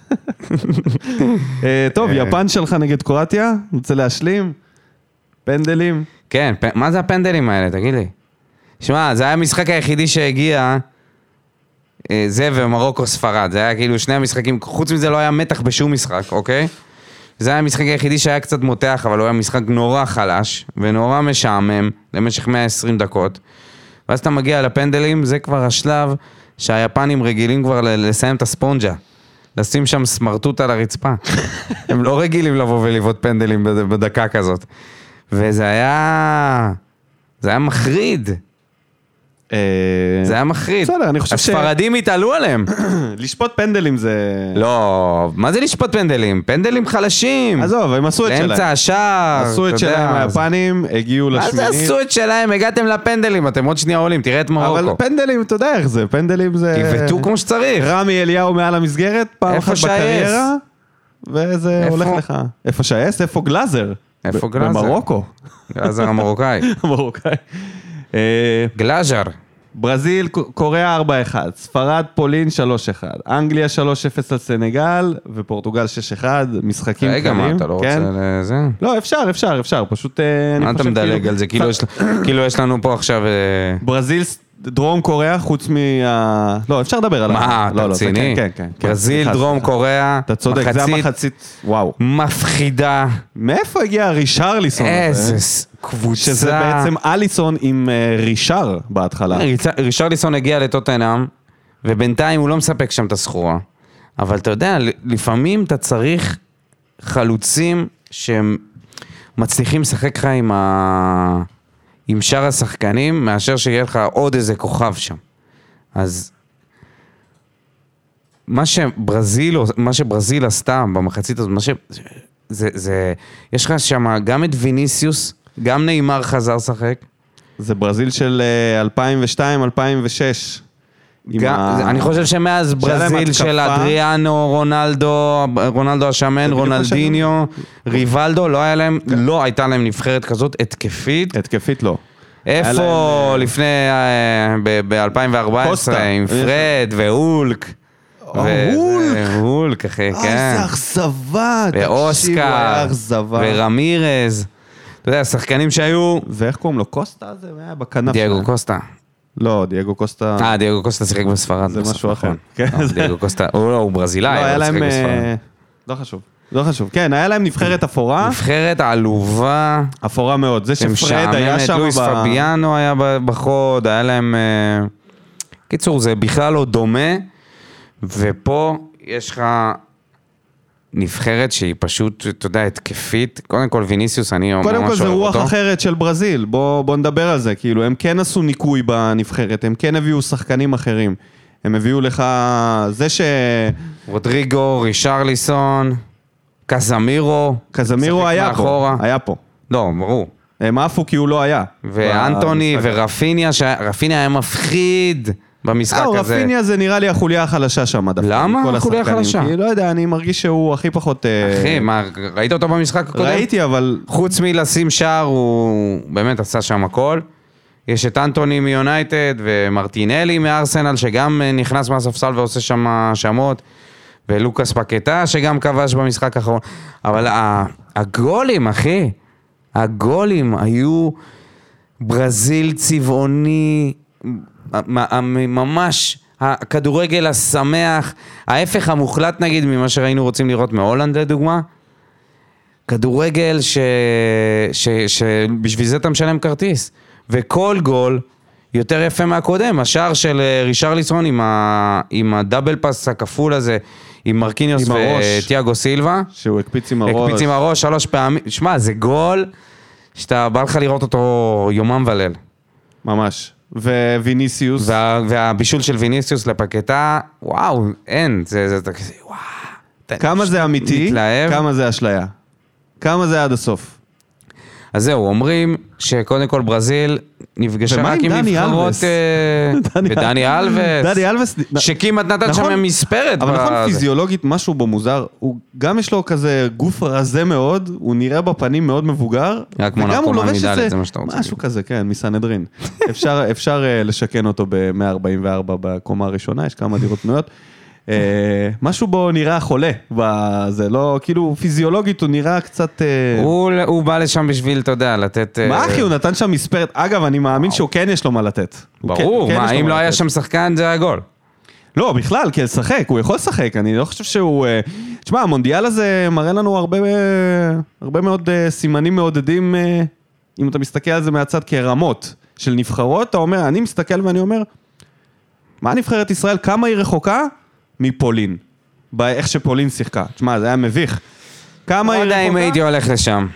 טוב, יפן שלך נגד קרואטיה, רוצה להשלים? פנדלים? כן, מה זה הפנדלים האלה, תגיד לי? שמע, זה היה המשחק היחידי שהגיע, זה ומרוקו ספרד, זה היה כאילו שני המשחקים, חוץ מזה לא היה מתח בשום משחק, אוקיי? זה היה המשחק היחידי שהיה קצת מותח, אבל הוא היה משחק נורא חלש, ונורא משעמם, למשך מאה ועשרים דקות, ואז אתה מגיע לפנדלים, זה כבר השלב שהיפנים רגילים כבר לסיים את הספונג'ה. לשים שם סמרטוט על הרצפה. הם לא רגילים לבוא ולבעוט פנדלים בדקה כזאת. וזה היה... זה היה מחריד. זה היה מחריד. בסדר, אני חושב ש... הספרדים התעלו עליהם. לשפוט פנדלים זה... לא, מה זה לשפוט פנדלים? פנדלים חלשים. עזוב, הם עשו את שלהם. לאמצע השער. עשו את שלהם, היפנים הגיעו לשמינית. מה זה עשו את שלהם? הגעתם לפנדלים, אתם עוד שנייה עולים, תראה את מרוקו. אבל פנדלים, אתה יודע איך זה, פנדלים זה... תבטאו כמו שצריך. רמי אליהו מעל המסגרת, פעם אחת בקריירה, וזה הולך לך. איפה שייס? איפה גלאזר? איפה גלאזר? במרוקו. גלאזר המרוקאי. המרוקאי. גלאז'ר. ברזיל, קוריאה ארבע אחד, ספרד, פולין שלוש אחד, אנגליה שלוש אפס על סנגל, ופורטוגל שש אחד, משחקים קלים. רגע, מה, אתה לא רוצה לזה? לא, אפשר, אפשר, אפשר, פשוט... מה אתה מדלג על זה? כאילו יש לנו פה עכשיו... דרום קוריאה, חוץ מה... לא, אפשר לדבר עליו. מה, אתה רציני? כן, כן, כן. ברזיל, דרום קוריאה, אתה צודק, זה המחצית, וואו. מפחידה. מאיפה הגיע רישרליסון? איזה קבוצה. שזה בעצם אליסון עם רישר בהתחלה. רישרליסון הגיע לטוטנהאם, ובינתיים הוא לא מספק שם את הסחורה. אבל אתה יודע, לפעמים אתה צריך חלוצים שהם מצליחים לשחק לך עם ה... עם שאר השחקנים, מאשר שיהיה לך עוד איזה כוכב שם. אז מה שברזיל, מה שברזיל עשתה במחצית הזאת, מה ש... זה, זה, יש לך שם גם את ויניסיוס, גם ניימר חזר שחק. זה ברזיל של אלפיים ושתיים אלפיים ושש. גם, ה... אני חושב שמאז ברזיל של אדריאנו, רונלדו, רונלדו השמן, רונלדיניו, ריבלדו, לא היה להם, כן. לא הייתה להם נבחרת כזאת התקפית. התקפית לא. איפה להם... לפני, ב-אלפיים וארבע עשרה, עם פרד ואולק. אולק, אחי, כן. איזה אכזבה, ואוסקר, ורמירז. אתה יודע, השחקנים שהיו... ואיך קוראים לו? קוסטה? זה היה בכנף. דייגו קוסטה. לא, דייגו קוסטה... אה, דייגו קוסטה שיחק בספרד. זה משהו אחר. דייגו קוסטה, הוא ברזילאי, הוא שיחק בספרד. לא חשוב. לא חשוב. כן, היה להם נבחרת אפורה. נבחרת עלובה. אפורה מאוד. זה שפרד היה שם... לואיס פביאנו היה בחוד, היה להם... קיצור, זה בכלל לא דומה. ופה יש לך נבחרת שהיא פשוט, אתה יודע, התקפית. קודם כל ויניסיוס, אני ממש אוהב אותו. קודם כל זה רוח אחרת של ברזיל. בוא, בוא נדבר על זה. כאילו, הם כן עשו ניקוי בנבחרת. הם כן הביאו שחקנים אחרים. הם הביאו לך... זה ש... רודריגו, רישרליסון, קזמירו. קזמירו היה פה. היה פה. לא, ברור. הם עפו כי הוא לא היה. ואנטוני ורפיניה, רפיניה היה מפחיד במשחק הזה. רפיניה זה נראה לי החוליה החלשה שם. למה החוליה החלשה? כי לא יודע, אני מרגיש שהוא הכי פחות... אחי, מה, ראית אותו במשחק הקודם? ראיתי, אבל... חוץ מלשים שער, הוא באמת עשה שם הכל. יש את אנטוני מיונייטד ומרטינלי מארסנל, שגם נכנס מהספסל ועושה שם שמות. ולוקאס פקטה, שגם כבש במשחק האחרון. אבל הגולים, אחי, הגולים היו ברזיל צבעוני, ממש הכדורגל השמח, ההפך המוחלט נגיד ממה שראינו רוצים לראות מהולנד לדוגמה, כדורגל ש... ש... שבשביל זה אתה משלם כרטיס, וכל גול יותר יפה מהקודם, השער של רישרליסון עם, ה... עם הדאבל פאס הכפול הזה, עם מרקיניוס וטיאגו סילבה, שהוא הקפיץ עם הראש, הקפיץ עם הראש שלוש פעמים, שמע, זה גול שאתה בא לך לראות אותו יומם וליל. ממש. וויניסיוס. וה, והבישול של ויניסיוס לפקטה, וואו, אין, זה, זה, זה כזה, וואו. כמה זה אמיתי, מתלהב. כמה זה אשליה. כמה זה עד הסוף. אז זהו, אומרים שקודם כל ברזיל נפגשה רק עם נבחרות... ודני אלבס. דני אלבס. שכמעט נתן שם מספרת. אבל נכון, פיזיולוגית, משהו בו מוזר, הוא גם יש לו כזה גוף רזה מאוד, הוא נראה בפנים מאוד מבוגר. רק מונרקומן מדלת, זה מה שאתה רוצה. משהו כזה, כן, מסנהדרין. אפשר לשכן אותו ב-מאה ארבעים וארבע בקומה הראשונה, יש כמה דירות פנויות. משהו בו נראה חולה, זה לא, כאילו פיזיולוגית הוא נראה קצת... הוא בא לשם בשביל, אתה יודע, לתת... מה אחי, הוא נתן שם מספרת, אגב, אני מאמין שהוא כן יש לו מה לתת. ברור, מה, אם לא היה שם שחקן, זה היה גול. לא, בכלל, כי לשחק, הוא יכול לשחק, אני לא חושב שהוא... תשמע, המונדיאל הזה מראה לנו הרבה, הרבה מאוד סימנים מעודדים, אם אתה מסתכל על זה מהצד כרמות של נבחרות, אתה אומר, אני מסתכל ואני אומר, מה נבחרת ישראל, כמה היא רחוקה? מפולין, באיך שפולין שיחקה. תשמע, זה היה מביך. כמה היא רחוקה? לא יודע אם הייתי הולך לשם.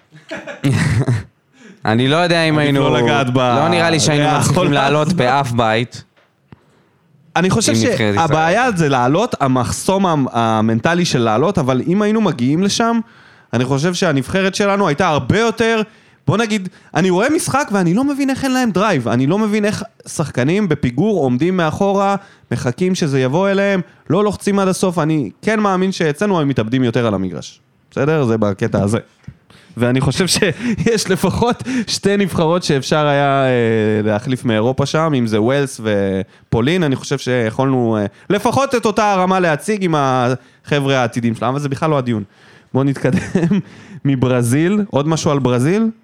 אני לא יודע אם היינו... לא נראה לי שהיינו מצליחים לעלות באף בית. אני חושב שהבעיה זה לעלות, המחסום המנטלי של לעלות, אבל אם היינו מגיעים לשם, אני חושב שהנבחרת שלנו הייתה הרבה יותר... בוא נגיד, אני רואה משחק ואני לא מבין איך אין להם דרייב, אני לא מבין איך שחקנים בפיגור עומדים מאחורה, מחכים שזה יבוא אליהם, לא לוחצים עד הסוף, אני כן מאמין שאצלנו הם מתאבדים יותר על המגרש, בסדר? זה בקטע הזה. ואני חושב שיש לפחות שתי נבחרות שאפשר היה להחליף מאירופה שם, אם זה ווילס ופולין, אני חושב שיכולנו לפחות את אותה הרמה להציג עם החבר'ה העתידים שלהם, אבל זה בכלל לא הדיון. בואו נתקדם מברזיל, עוד משהו על ברזיל?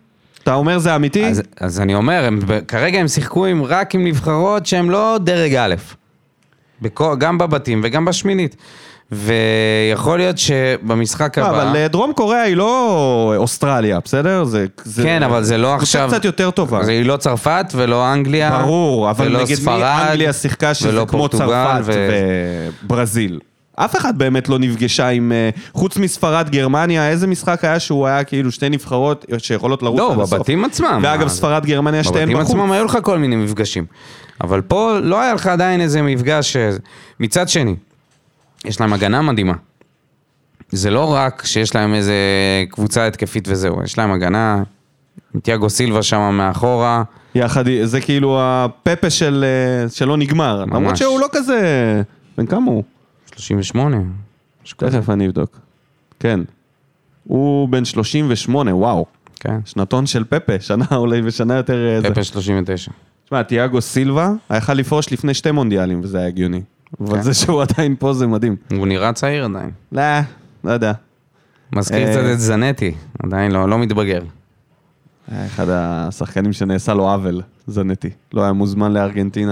אתה אומר זה אמיתי? אז, אז אני אומר, הם, כרגע הם שיחקו עם, רק עם נבחרות שהם לא דרג א', בכל, גם בבתים וגם בשמינית. ויכול להיות שבמשחק הבא... אבל דרום קוריאה היא לא אוסטרליה, בסדר? זה, זה, כן, אבל זה לא עכשיו... זה קצת יותר טובה. זה היא לא צרפת ולא אנגליה. ברור, אבל נגד מי אנגליה שיחקה שזה כמו צרפת ו... וברזיל. אף אחד באמת לא נפגשה עם... חוץ מספרד גרמניה, איזה משחק היה שהוא היה כאילו שתי נבחרות שיכולות לרוץ לא, בבתים עצמם. ואגב, ספרד גרמניה שתיהן בחוץ. בבתים עצמם היו לך כל מיני מפגשים. אבל פה לא היה לך עדיין איזה מפגש... מצד שני, יש להם הגנה מדהימה. זה לא רק שיש להם איזה קבוצה התקפית וזהו, יש להם הגנה, תיאגו סילבה שם מאחורה. יחד, זה כאילו הפפה של, שלא נגמר. ממש. למרות שהוא לא כזה... בן כמה הוא? שלושים ושמונה. תכף אני אבדוק. כן. הוא בן שלושים ושמונה, וואו. כן. שנתון של פפה, שנה אולי ושנה יותר... פפה שלושים ותשע. תשמע, תיאגו סילבה היה יכול לפרוש לפני שתי מונדיאלים, וזה היה הגיוני. אבל זה שהוא עדיין פה זה מדהים. הוא נראה צעיר עדיין. לא, לא יודע. מזכיר קצת את זנטי, עדיין לא מתבגר. אחד השחקנים שנעשה לו עוול, זנטי. לא היה מוזמן לארגנטינה.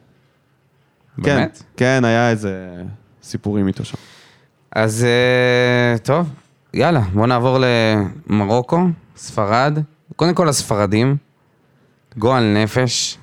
באמת? כן, היה איזה סיפורים איתו שם. אז טוב, יאללה, בוא נעבור למרוקו, ספרד. קודם כל הספרדים, גועל נפש.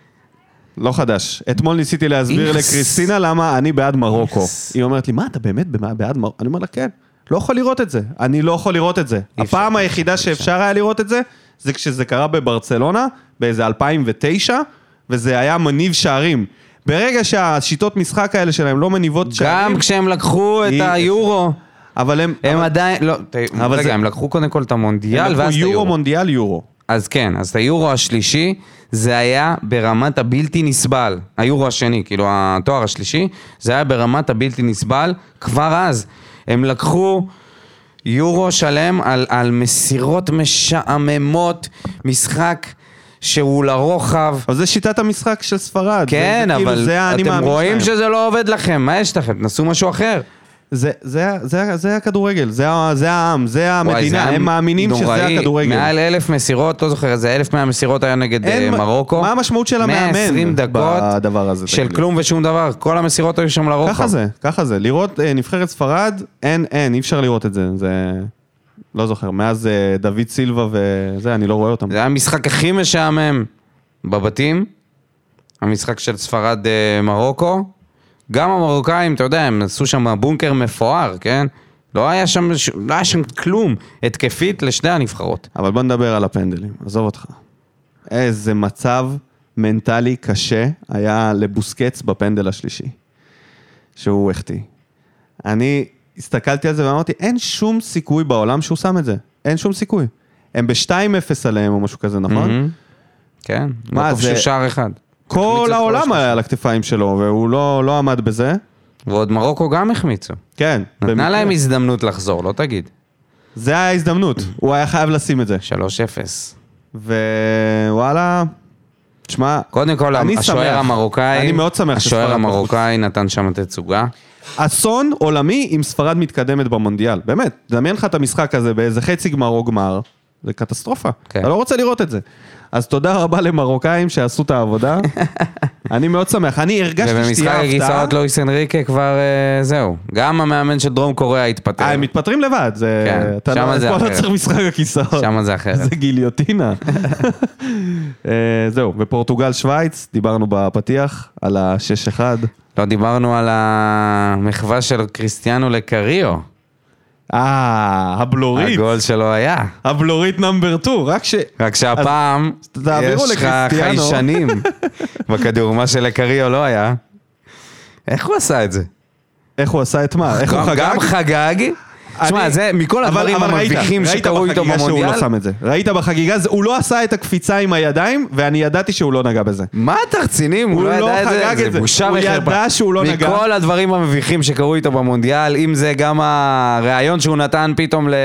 לא חדש. אתמול ניסיתי להסביר לקריסטינה למה אני בעד מרוקו. היא אומרת לי, מה, אתה באמת בעד מרוקו? אני אומר לה, כן. לא יכול לראות את זה. אני לא יכול לראות את זה. הפעם היחידה שאפשר היה לראות את זה, זה כשזה קרה בברצלונה, באיזה אלפיים ותשע, וזה היה מניב שערים. ברגע שהשיטות משחק האלה שלהם לא מניבות שערים... גם כשהם לקחו את היורו. אבל הם... הם עדיין... לא, רגע, הם לקחו קודם כל את המונדיאל, ואז את היורו. יורו, מונדיאל, יורו. אז כן, אז את היורו השלישי, זה היה ברמת הבלתי נסבל. היורו השני, כאילו התואר השלישי, זה היה ברמת הבלתי נסבל. כבר אז הם לקחו יורו שלם על, על מסירות משעממות, משחק שהוא לרוחב. אבל זה שיטת המשחק של ספרד. כן, זה, אבל כאילו, זה אתם רואים שזה לא עובד לכם. מה יש לכם? תנסו משהו אחר. זה, זה, זה, זה הכדורגל, זה, זה העם, זה המדינה, הם מאמינים שזה הכדורגל. מעל אלף מסירות, לא זוכר, זה אלף מאה מסירות היה נגד מרוקו. מה המשמעות של המאמן? מאה ועשרים דקות של כלום ושום דבר, כל המסירות היו שם לרוחב. ככה זה, ככה זה, לראות נבחרת ספרד, אין, אין, אי אפשר לראות את זה, זה, לא זוכר, מאז דוד סילבה וזה, אני לא רואה אותם. זה היה המשחק הכי משעמם בבתים, המשחק של ספרד מרוקו, גם המרוקאים, אתה יודע, הם עשו שם בונקר מפואר, כן? לא היה שם, לא היה שם כלום, התקפית לשתי הנבחרות. אבל בוא נדבר על הפנדלים, עזוב אותך. איזה מצב מנטלי קשה היה לבוסקץ בפנדל השלישי, שהוא החטיא. אני הסתכלתי על זה ואמרתי, אין שום סיכוי בעולם שהוא שם את זה. אין שום סיכוי. הם ב-שתיים אפס עליהם או משהו כזה, נכון? כן, לא כובשו שער אחד. כל העולם היה על הכתפיים שלו, והוא לא, לא עמד בזה. ועוד מרוקו גם החמיצו. כן. נתנה להם הזדמנות לחזור, לא תגיד. זה היה הזדמנות, הוא היה חייב לשים את זה. שלוש אפס. ווואלה, תשמע, קודם כל, השוער המרוקאי, אני מאוד שמח השוער המרוקאי נתן שם תצוגה. אסון עולמי אם ספרד מתקדמת במונדיאל, באמת, דמיין לך את המשחק הזה באיזה חצי גמר או גמר, זה קטסטרופה, אתה לא רוצה לראות את זה. אז תודה רבה למרוקאים שעשו את העבודה. אני מאוד שמח. אני הרגשתי שתהיה הפתעה. ובמשחק הכיסאות לואיס אנריקה כבר זהו. גם המאמן של דרום קוריאה התפטר. הם מתפטרים לבד. שם זה אחרת. פה לא צריך משחק הכיסאות. שם זה אחרת. זה גיליוטינה. זהו. בפורטוגל שוויץ, דיברנו בפתיח על ה-שש אחד. לא דיברנו על המחווה של קריסטיאנו לקריו. אה, הבלורית. הגול שלו היה. הבלורית נאמבר שתיים, רק ש... רק שהפעם יש לך חיישנים בכדור, מה שלקריו לא היה. איך הוא עשה את זה? איך הוא עשה את מה? איך הוא חגג? גם חגג. תשמע, זה מכל הדברים המביכים שקרו איתו במונדיאל. ראית בחגיגה, הוא לא עשה את הקפיצה עם הידיים, ואני ידעתי שהוא לא נגע בזה. מה תרצינים? הוא לא ידע את זה. זה בושה וחרפה. הוא ידע שהוא לא נגע. מכל הדברים המביכים שקרו איתו במונדיאל, אם זה גם הרעיון שהוא נתן פתאום ל...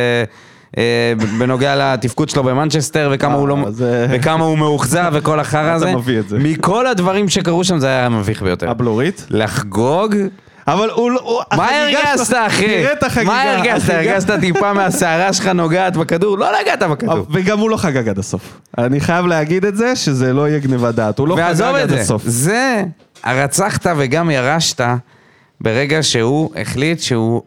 בנוגע לתפקוד שלו במנצ'סטר, וכמה הוא מאוחזב וכל החרא הזה. מכל הדברים שקרו שם, זה היה מביך ביותר. הבלורית? לחגוג... אבל הוא... מה הרגשת, אחי? תראה את החגיגה. מה הרגשת? הרגשת טיפה מהשערה שלך נוגעת בכדור? לא נגעת בכדור. וגם הוא לא חגג עד הסוף. אני חייב להגיד את זה, שזה לא יהיה גניבת דעת. הוא לא חגג עד הסוף. זה, הרצחת וגם ירשת ברגע שהוא החליט שהוא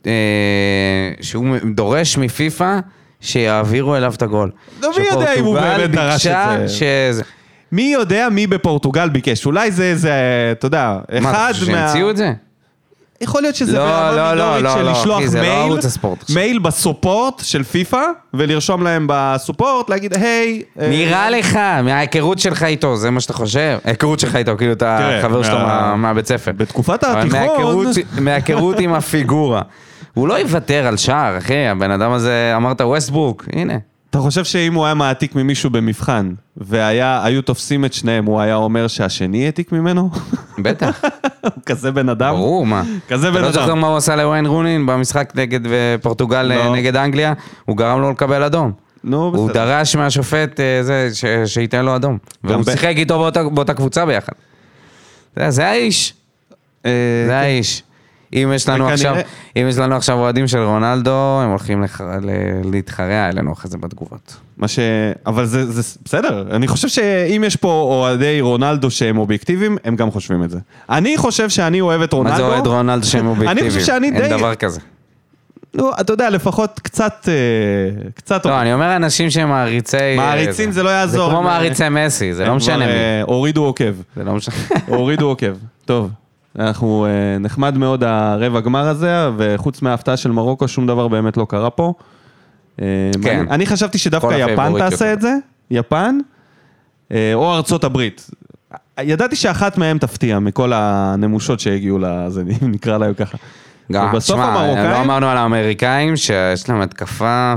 שהוא דורש מפיפה שיעבירו אליו את הגול. מי יודע אם הוא באמת דרש את זה? מי יודע מי בפורטוגל ביקש? אולי זה איזה, אתה יודע, אחד מה... מה, שהמציאו את זה? יכול להיות שזה ברמה מינורית של לשלוח מייל, מייל בסופורט של פיפה, ולרשום להם בסופורט, להגיד, היי... נראה לך, מההיכרות שלך איתו, זה מה שאתה חושב? ההיכרות שלך איתו, כאילו אתה חבר שלו מהבית ספר. בתקופת התיכון... מההיכרות עם הפיגורה. הוא לא יוותר על שער, אחי, הבן אדם הזה, אמרת ווסטברוק, הנה. אתה חושב שאם הוא היה מעתיק ממישהו במבחן, והיו תופסים את שניהם, הוא היה אומר שהשני העתיק ממנו? בטח. הוא כזה בן אדם. ברור, מה? כזה בן אדם. אתה לא זוכר מה הוא עשה לוויין רונין במשחק נגד פורטוגל נגד אנגליה? הוא גרם לו לקבל אדום. הוא דרש מהשופט שייתן לו אדום. והוא שיחק איתו באותה קבוצה ביחד. זה האיש. זה האיש. אם יש לנו עכשיו, אם יש לנו עכשיו אוהדים של רונלדו, הם הולכים להתחרע אלינו אחרי זה בתגובות. מה ש... אבל זה, זה בסדר. אני חושב שאם יש פה אוהדי רונלדו שהם אובייקטיביים, הם גם חושבים את זה. אני חושב שאני אוהב את רונלדו. מה זה אוהד רונלדו שהם אובייקטיביים? אני חושב שאני די... אין דבר כזה. נו, אתה יודע, לפחות קצת... קצת... לא, אני אומר אנשים שהם מעריצי... מעריצים זה לא יעזור. זה כמו מעריצי מסי, זה לא משנה מי. הורידו עוקב. זה לא משנה. הורידו עוקב. טוב. אנחנו, נחמד מאוד הרבע גמר הזה, וחוץ מההפתעה של מרוקו, שום דבר באמת לא קרה פה. כן. אני, אני חשבתי שדווקא יפן תעשה יותר. את זה, יפן, או ארצות הברית. ידעתי שאחת מהם תפתיע, מכל הנמושות שהגיעו לזה, נקרא להם ככה. גם, תשמע, לא אמרנו על האמריקאים, שיש להם התקפה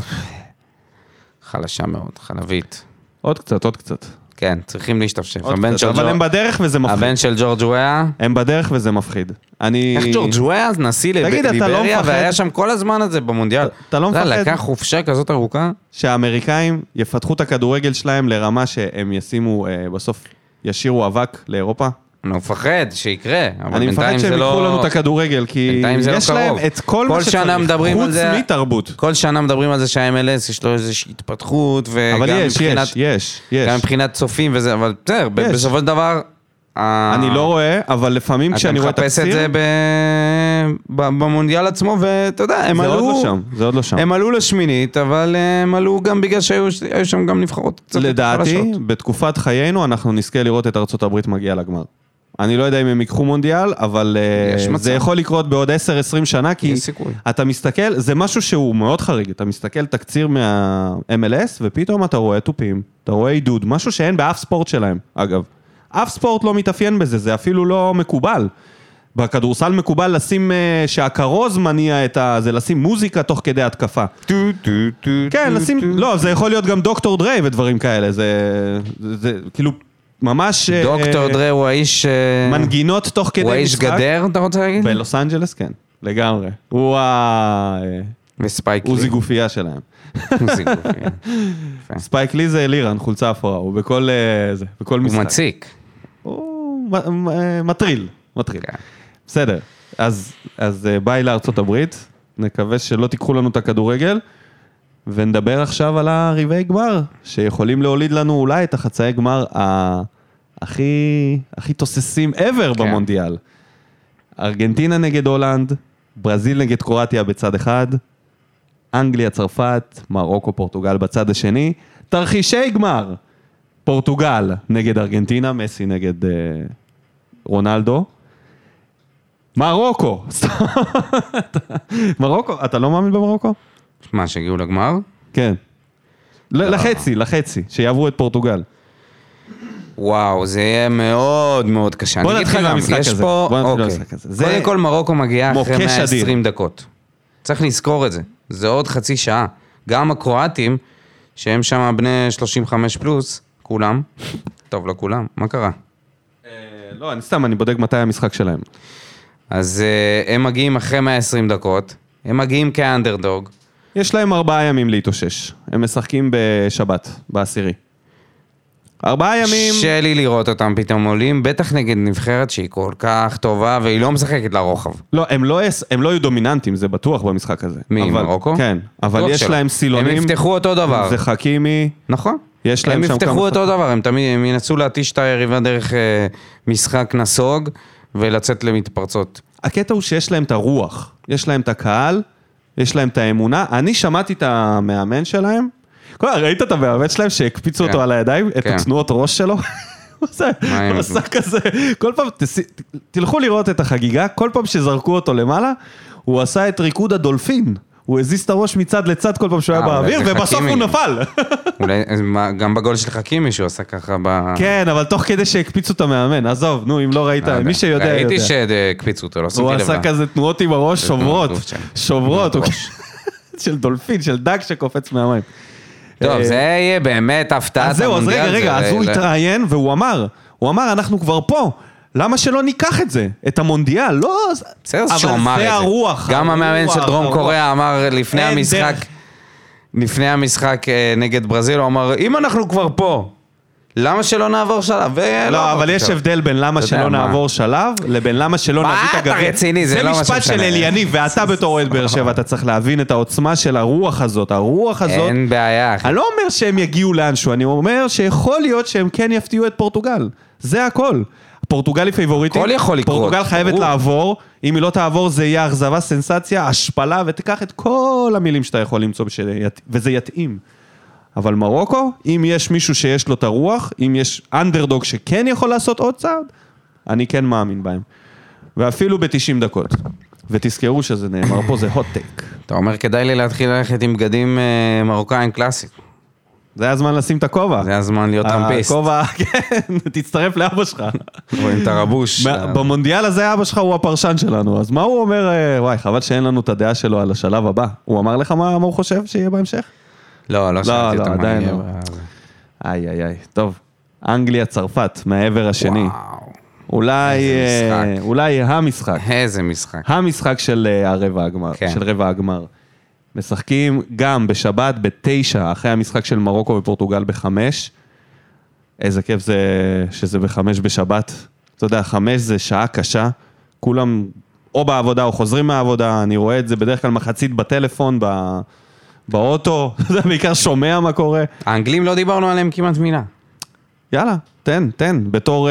חלשה מאוד, חלבית. עוד קצת, עוד קצת. כן, צריכים להשתפשף. אבל הם בדרך וזה מפחיד. הבן של ג'ורג' וויה? הם בדרך וזה מפחיד. איך ג'ורג' וויה נשיא ליבריה, והיה שם כל הזמן הזה במונדיאל. אתה לא מפחד? לקח חופשה כזאת ארוכה? שהאמריקאים יפתחו את הכדורגל שלהם לרמה שהם ישימו, בסוף ישירו אבק לאירופה? אני מפחד שיקרה, אני מפחד שהם יקחו לנו את הכדורגל, כי יש להם את כל מה שצריך, חוץ מתרבות. כל שנה מדברים על זה שה-אם אל אס יש לו איזושהי התפתחות, אבל יש, יש, יש, יש. גם מבחינת צופים וזה, אבל בסדר, בסופו של דבר... אני לא רואה, אבל לפעמים כשאני רואה תקציר... אתה מחפש את זה במונדיאל עצמו, ואתה יודע, הם עלו... זה עוד לא שם, זה עוד לא שם. הם עלו לשמינית, אבל הם עלו גם בגלל שהיו שם גם נבחרות קצת חלשות. לדעתי, בתקופת חיינו, אנחנו נזכה לראות את ארצות הברית מגיעה לגמר. אני לא יודע אם הם ייקחו מונדיאל, אבל זה יכול לקרות בעוד עשר עשרים שנה, כי אתה מסתכל, זה משהו שהוא מאוד חריג, אתה מסתכל תקציר מה-אם אל אס, ופתאום אתה רואה טופים, אתה רואה עידוד, משהו שאין באף ספורט שלהם, אגב. אף ספורט לא מתאפיין בזה, זה אפילו לא מקובל. בכדורסל מקובל לשים, שהקרוז מניע את ה... זה לשים מוזיקה תוך כדי התקפה. כן, לשים, לא, זה יכול להיות גם דוקטור דריי ודברים כאלה, זה, זה כאילו... ממש... דוקטור דרי הוא האיש... מנגינות תוך כדי משחק. הוא האיש גדר, אתה רוצה להגיד? בלוס אנג'לס, כן. לגמרי. הוא ה... וספייק לי. הוא זיגופייה שלהם. הוא זיגופייה. ספייק לי זה לירן, חולצה אפורה. הוא בכל זה, בכל משחק. הוא מציק. הוא מטריל. מטריל. בסדר. אז ביי לארצות הברית. נקווה שלא תיקחו לנו את הכדורגל. ונדבר עכשיו על הרבעי גמר, שיכולים להוליד לנו אולי את החצאי גמר הכי, הכי תוססים ever במונדיאל. ארגנטינה נגד הולנד, ברזיל נגד קרואטיה בצד אחד, אנגליה, צרפת, מרוקו, פורטוגל בצד השני, תרחישי גמר, פורטוגל נגד ארגנטינה, מסי נגד אה, רונלדו, מרוקו, מרוקו, אתה לא מאמין במרוקו? מה, שהגיעו לגמר? כן. לחצי, לחצי, שיעברו את פורטוגל. וואו, זה יהיה מאוד מאוד קשה. בוא נתחיל למשחק הזה. בוא נתחיל למשחק הזה. קודם כל מרוקו מגיעה אחרי מאה ועשרים דקות. צריך לזכור את זה. זה עוד חצי שעה. גם הקרואטים, שהם שם בני שלושים וחמש פלוס, כולם, טוב לכולם, מה קרה? לא, אני סתם, אני בודק מתי המשחק שלהם. אז הם מגיעים אחרי מאה ועשרים דקות, הם מגיעים כאנדרדוג, יש להם ארבעה ימים להתאושש. הם משחקים בשבת, בעשירי. ארבעה ימים. שלי לראות אותם פתאום עולים, בטח נגד נבחרת שהיא כל כך טובה, והיא לא משחקת לרוחב. לא, הם לא, הם לא היו דומיננטים, זה בטוח במשחק הזה. מי, אבל, מרוקו? כן, אבל יש להם סילונים. הם יפתחו אותו דבר. זה חכימי. נכון. יש להם הם שם יפתחו כמה... אותו דבר, הם תמיד, הם ינסו להתיש את היריבה דרך אה, משחק נסוג, ולצאת למתפרצות. הקטע הוא שיש להם את הרוח, יש להם את הקהל, יש להם את האמונה. אני שמעתי את המאמן שלהם, ראית את המאמן שלהם שהקפיצו אותו על הידיים, את התנועות ראש שלו? הוא עשה כזה, כל פעם, תלכו לראות את החגיגה, כל פעם שזרקו אותו למעלה, הוא עשה את ריקוד הדולפין. הוא הזיז את הראש מצד לצד כל פעם שהוא היה באוויר, ובסוף הוא נפל. גם בגול של חכימי שהוא עשה ככה ב... כן, אבל תוך כדי שהקפיצו את המאמן, עזוב, נו, אם לא ראית, מי שיודע, יודע. ראיתי שהקפיצו אותו, לא שמתי לב. הוא עשה כזה תנועות עם הראש, שוברות, שוברות, של דולפין, של דג שקופץ מהמים. טוב, זה יהיה באמת הפתעת המונדיאל. אז זהו, אז רגע, רגע, אז הוא התראיין, והוא אמר, הוא אמר, אנחנו כבר פה. למה שלא ניקח את זה? את המונדיאל? לא, בסדר שהוא אמר את זה. הרוח. גם המאמן של דרום קוריאה אמר לפני המשחק, לפני המשחק נגד ברזיל, הוא אמר, אם אנחנו כבר פה, למה שלא נעבור שלב? לא, אבל יש הבדל בין למה שלא נעבור שלב, לבין למה שלא נביא את הגביע. מה אתה רציני? זה לא מה זה משפט של אליניב, ואתה בתור אוהד באר שבע, אתה צריך להבין את העוצמה של הרוח הזאת. הרוח הזאת... אין בעיה. אני לא אומר שהם יגיעו לאנשהו, אני אומר שיכול להיות שהם כן יפתיעו את פורטוגל. זה הכל. פורטוגל היא פייבוריטית, פורטוגל חייבת לעבור, אם היא לא תעבור זה יהיה אכזבה, סנסציה, השפלה, ותיקח את כל המילים שאתה יכול למצוא, וזה יתאים. אבל מרוקו, אם יש מישהו שיש לו את הרוח, אם יש אנדרדוג שכן יכול לעשות עוד צעד, אני כן מאמין בהם. ואפילו ב-תשעים דקות. ותזכרו שזה נאמר פה, זה hot take. אתה אומר, כדאי לי להתחיל ללכת עם בגדים מרוקאים קלאסיים. זה הזמן לשים את הכובע. זה הזמן להיות טראמפיסט. הכובע, כן, תצטרף לאבא שלך. רואים את הרבוש. במונדיאל הזה אבא שלך הוא הפרשן שלנו, אז מה הוא אומר, וואי, חבל שאין לנו את הדעה שלו על השלב הבא. הוא אמר לך מה הוא חושב שיהיה בהמשך? לא, לא שאלתי אותו מה יהיה. איי, איי, איי, טוב. אנגליה, צרפת, מהעבר השני. וואו. אולי, אולי המשחק. איזה משחק. המשחק של הרבע הגמר, של רבע הגמר. משחקים גם בשבת בתשע, אחרי המשחק של מרוקו ופורטוגל בחמש. איזה כיף זה שזה בחמש בשבת. אתה יודע, חמש זה שעה קשה. כולם או בעבודה או חוזרים מהעבודה. אני רואה את זה בדרך כלל מחצית בטלפון, ב... באוטו. זה בעיקר שומע מה קורה. האנגלים לא דיברנו עליהם כמעט מילה. יאללה, תן, תן. בתור...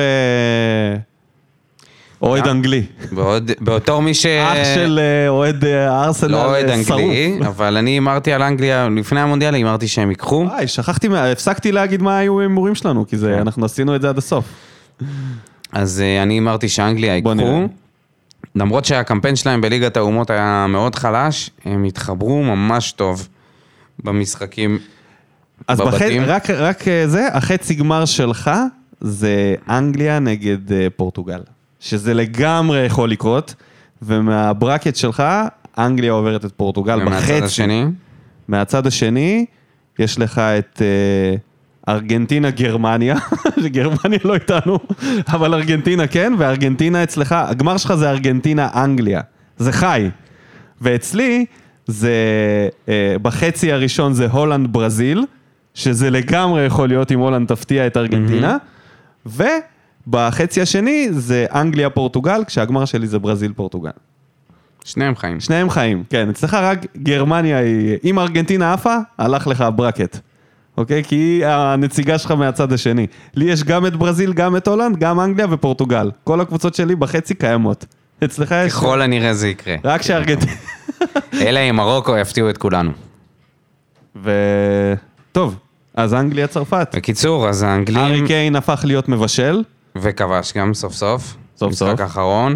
אוהד אנגלי. באותור מי ש... אח של אוהד ארסנל שרוף. לא אוהד אנגלי, אבל אני אמרתי על אנגליה, לפני המונדיאל אמרתי שהם ייקחו. איי, שכחתי, הפסקתי להגיד מה היו הימורים שלנו, כי אנחנו עשינו את זה עד הסוף. אז אני אמרתי שאנגליה ייקחו. למרות שהקמפיין שלהם בליגת האומות היה מאוד חלש, הם התחברו ממש טוב במשחקים בבתים. אז רק זה, החצי גמר שלך, זה אנגליה נגד פורטוגל. שזה לגמרי יכול לקרות, ומהברקט שלך, אנגליה עוברת את פורטוגל בחצי. ומהצד השני? מהצד השני, יש לך את uh, ארגנטינה, גרמניה, שגרמניה לא איתנו, אבל ארגנטינה כן, וארגנטינה אצלך, הגמר שלך זה ארגנטינה, אנגליה. זה חי. ואצלי, זה, uh, בחצי הראשון זה הולנד, ברזיל, שזה לגמרי יכול להיות אם הולנד תפתיע את ארגנטינה, mm-hmm. ו... בחצי השני זה אנגליה, פורטוגל, כשהגמר שלי זה ברזיל, פורטוגל. שניהם חיים. שניהם חיים, כן. אצלך רק גרמניה היא... אם ארגנטינה עפה, הלך לך ברקט. אוקיי? כי היא הנציגה שלך מהצד השני. לי יש גם את ברזיל, גם את הולנד, גם אנגליה ופורטוגל. כל הקבוצות שלי בחצי קיימות. אצלך יש... ככל הנראה זה יקרה. רק שארגנטינה... אלא אם מרוקו יפתיעו את כולנו. ו... טוב, אז אנגליה, צרפת. בקיצור, אז האנגלים... הארי קיין הפך להיות מבשל. וכבש גם סוף סוף, סוף סוף. משחק האחרון.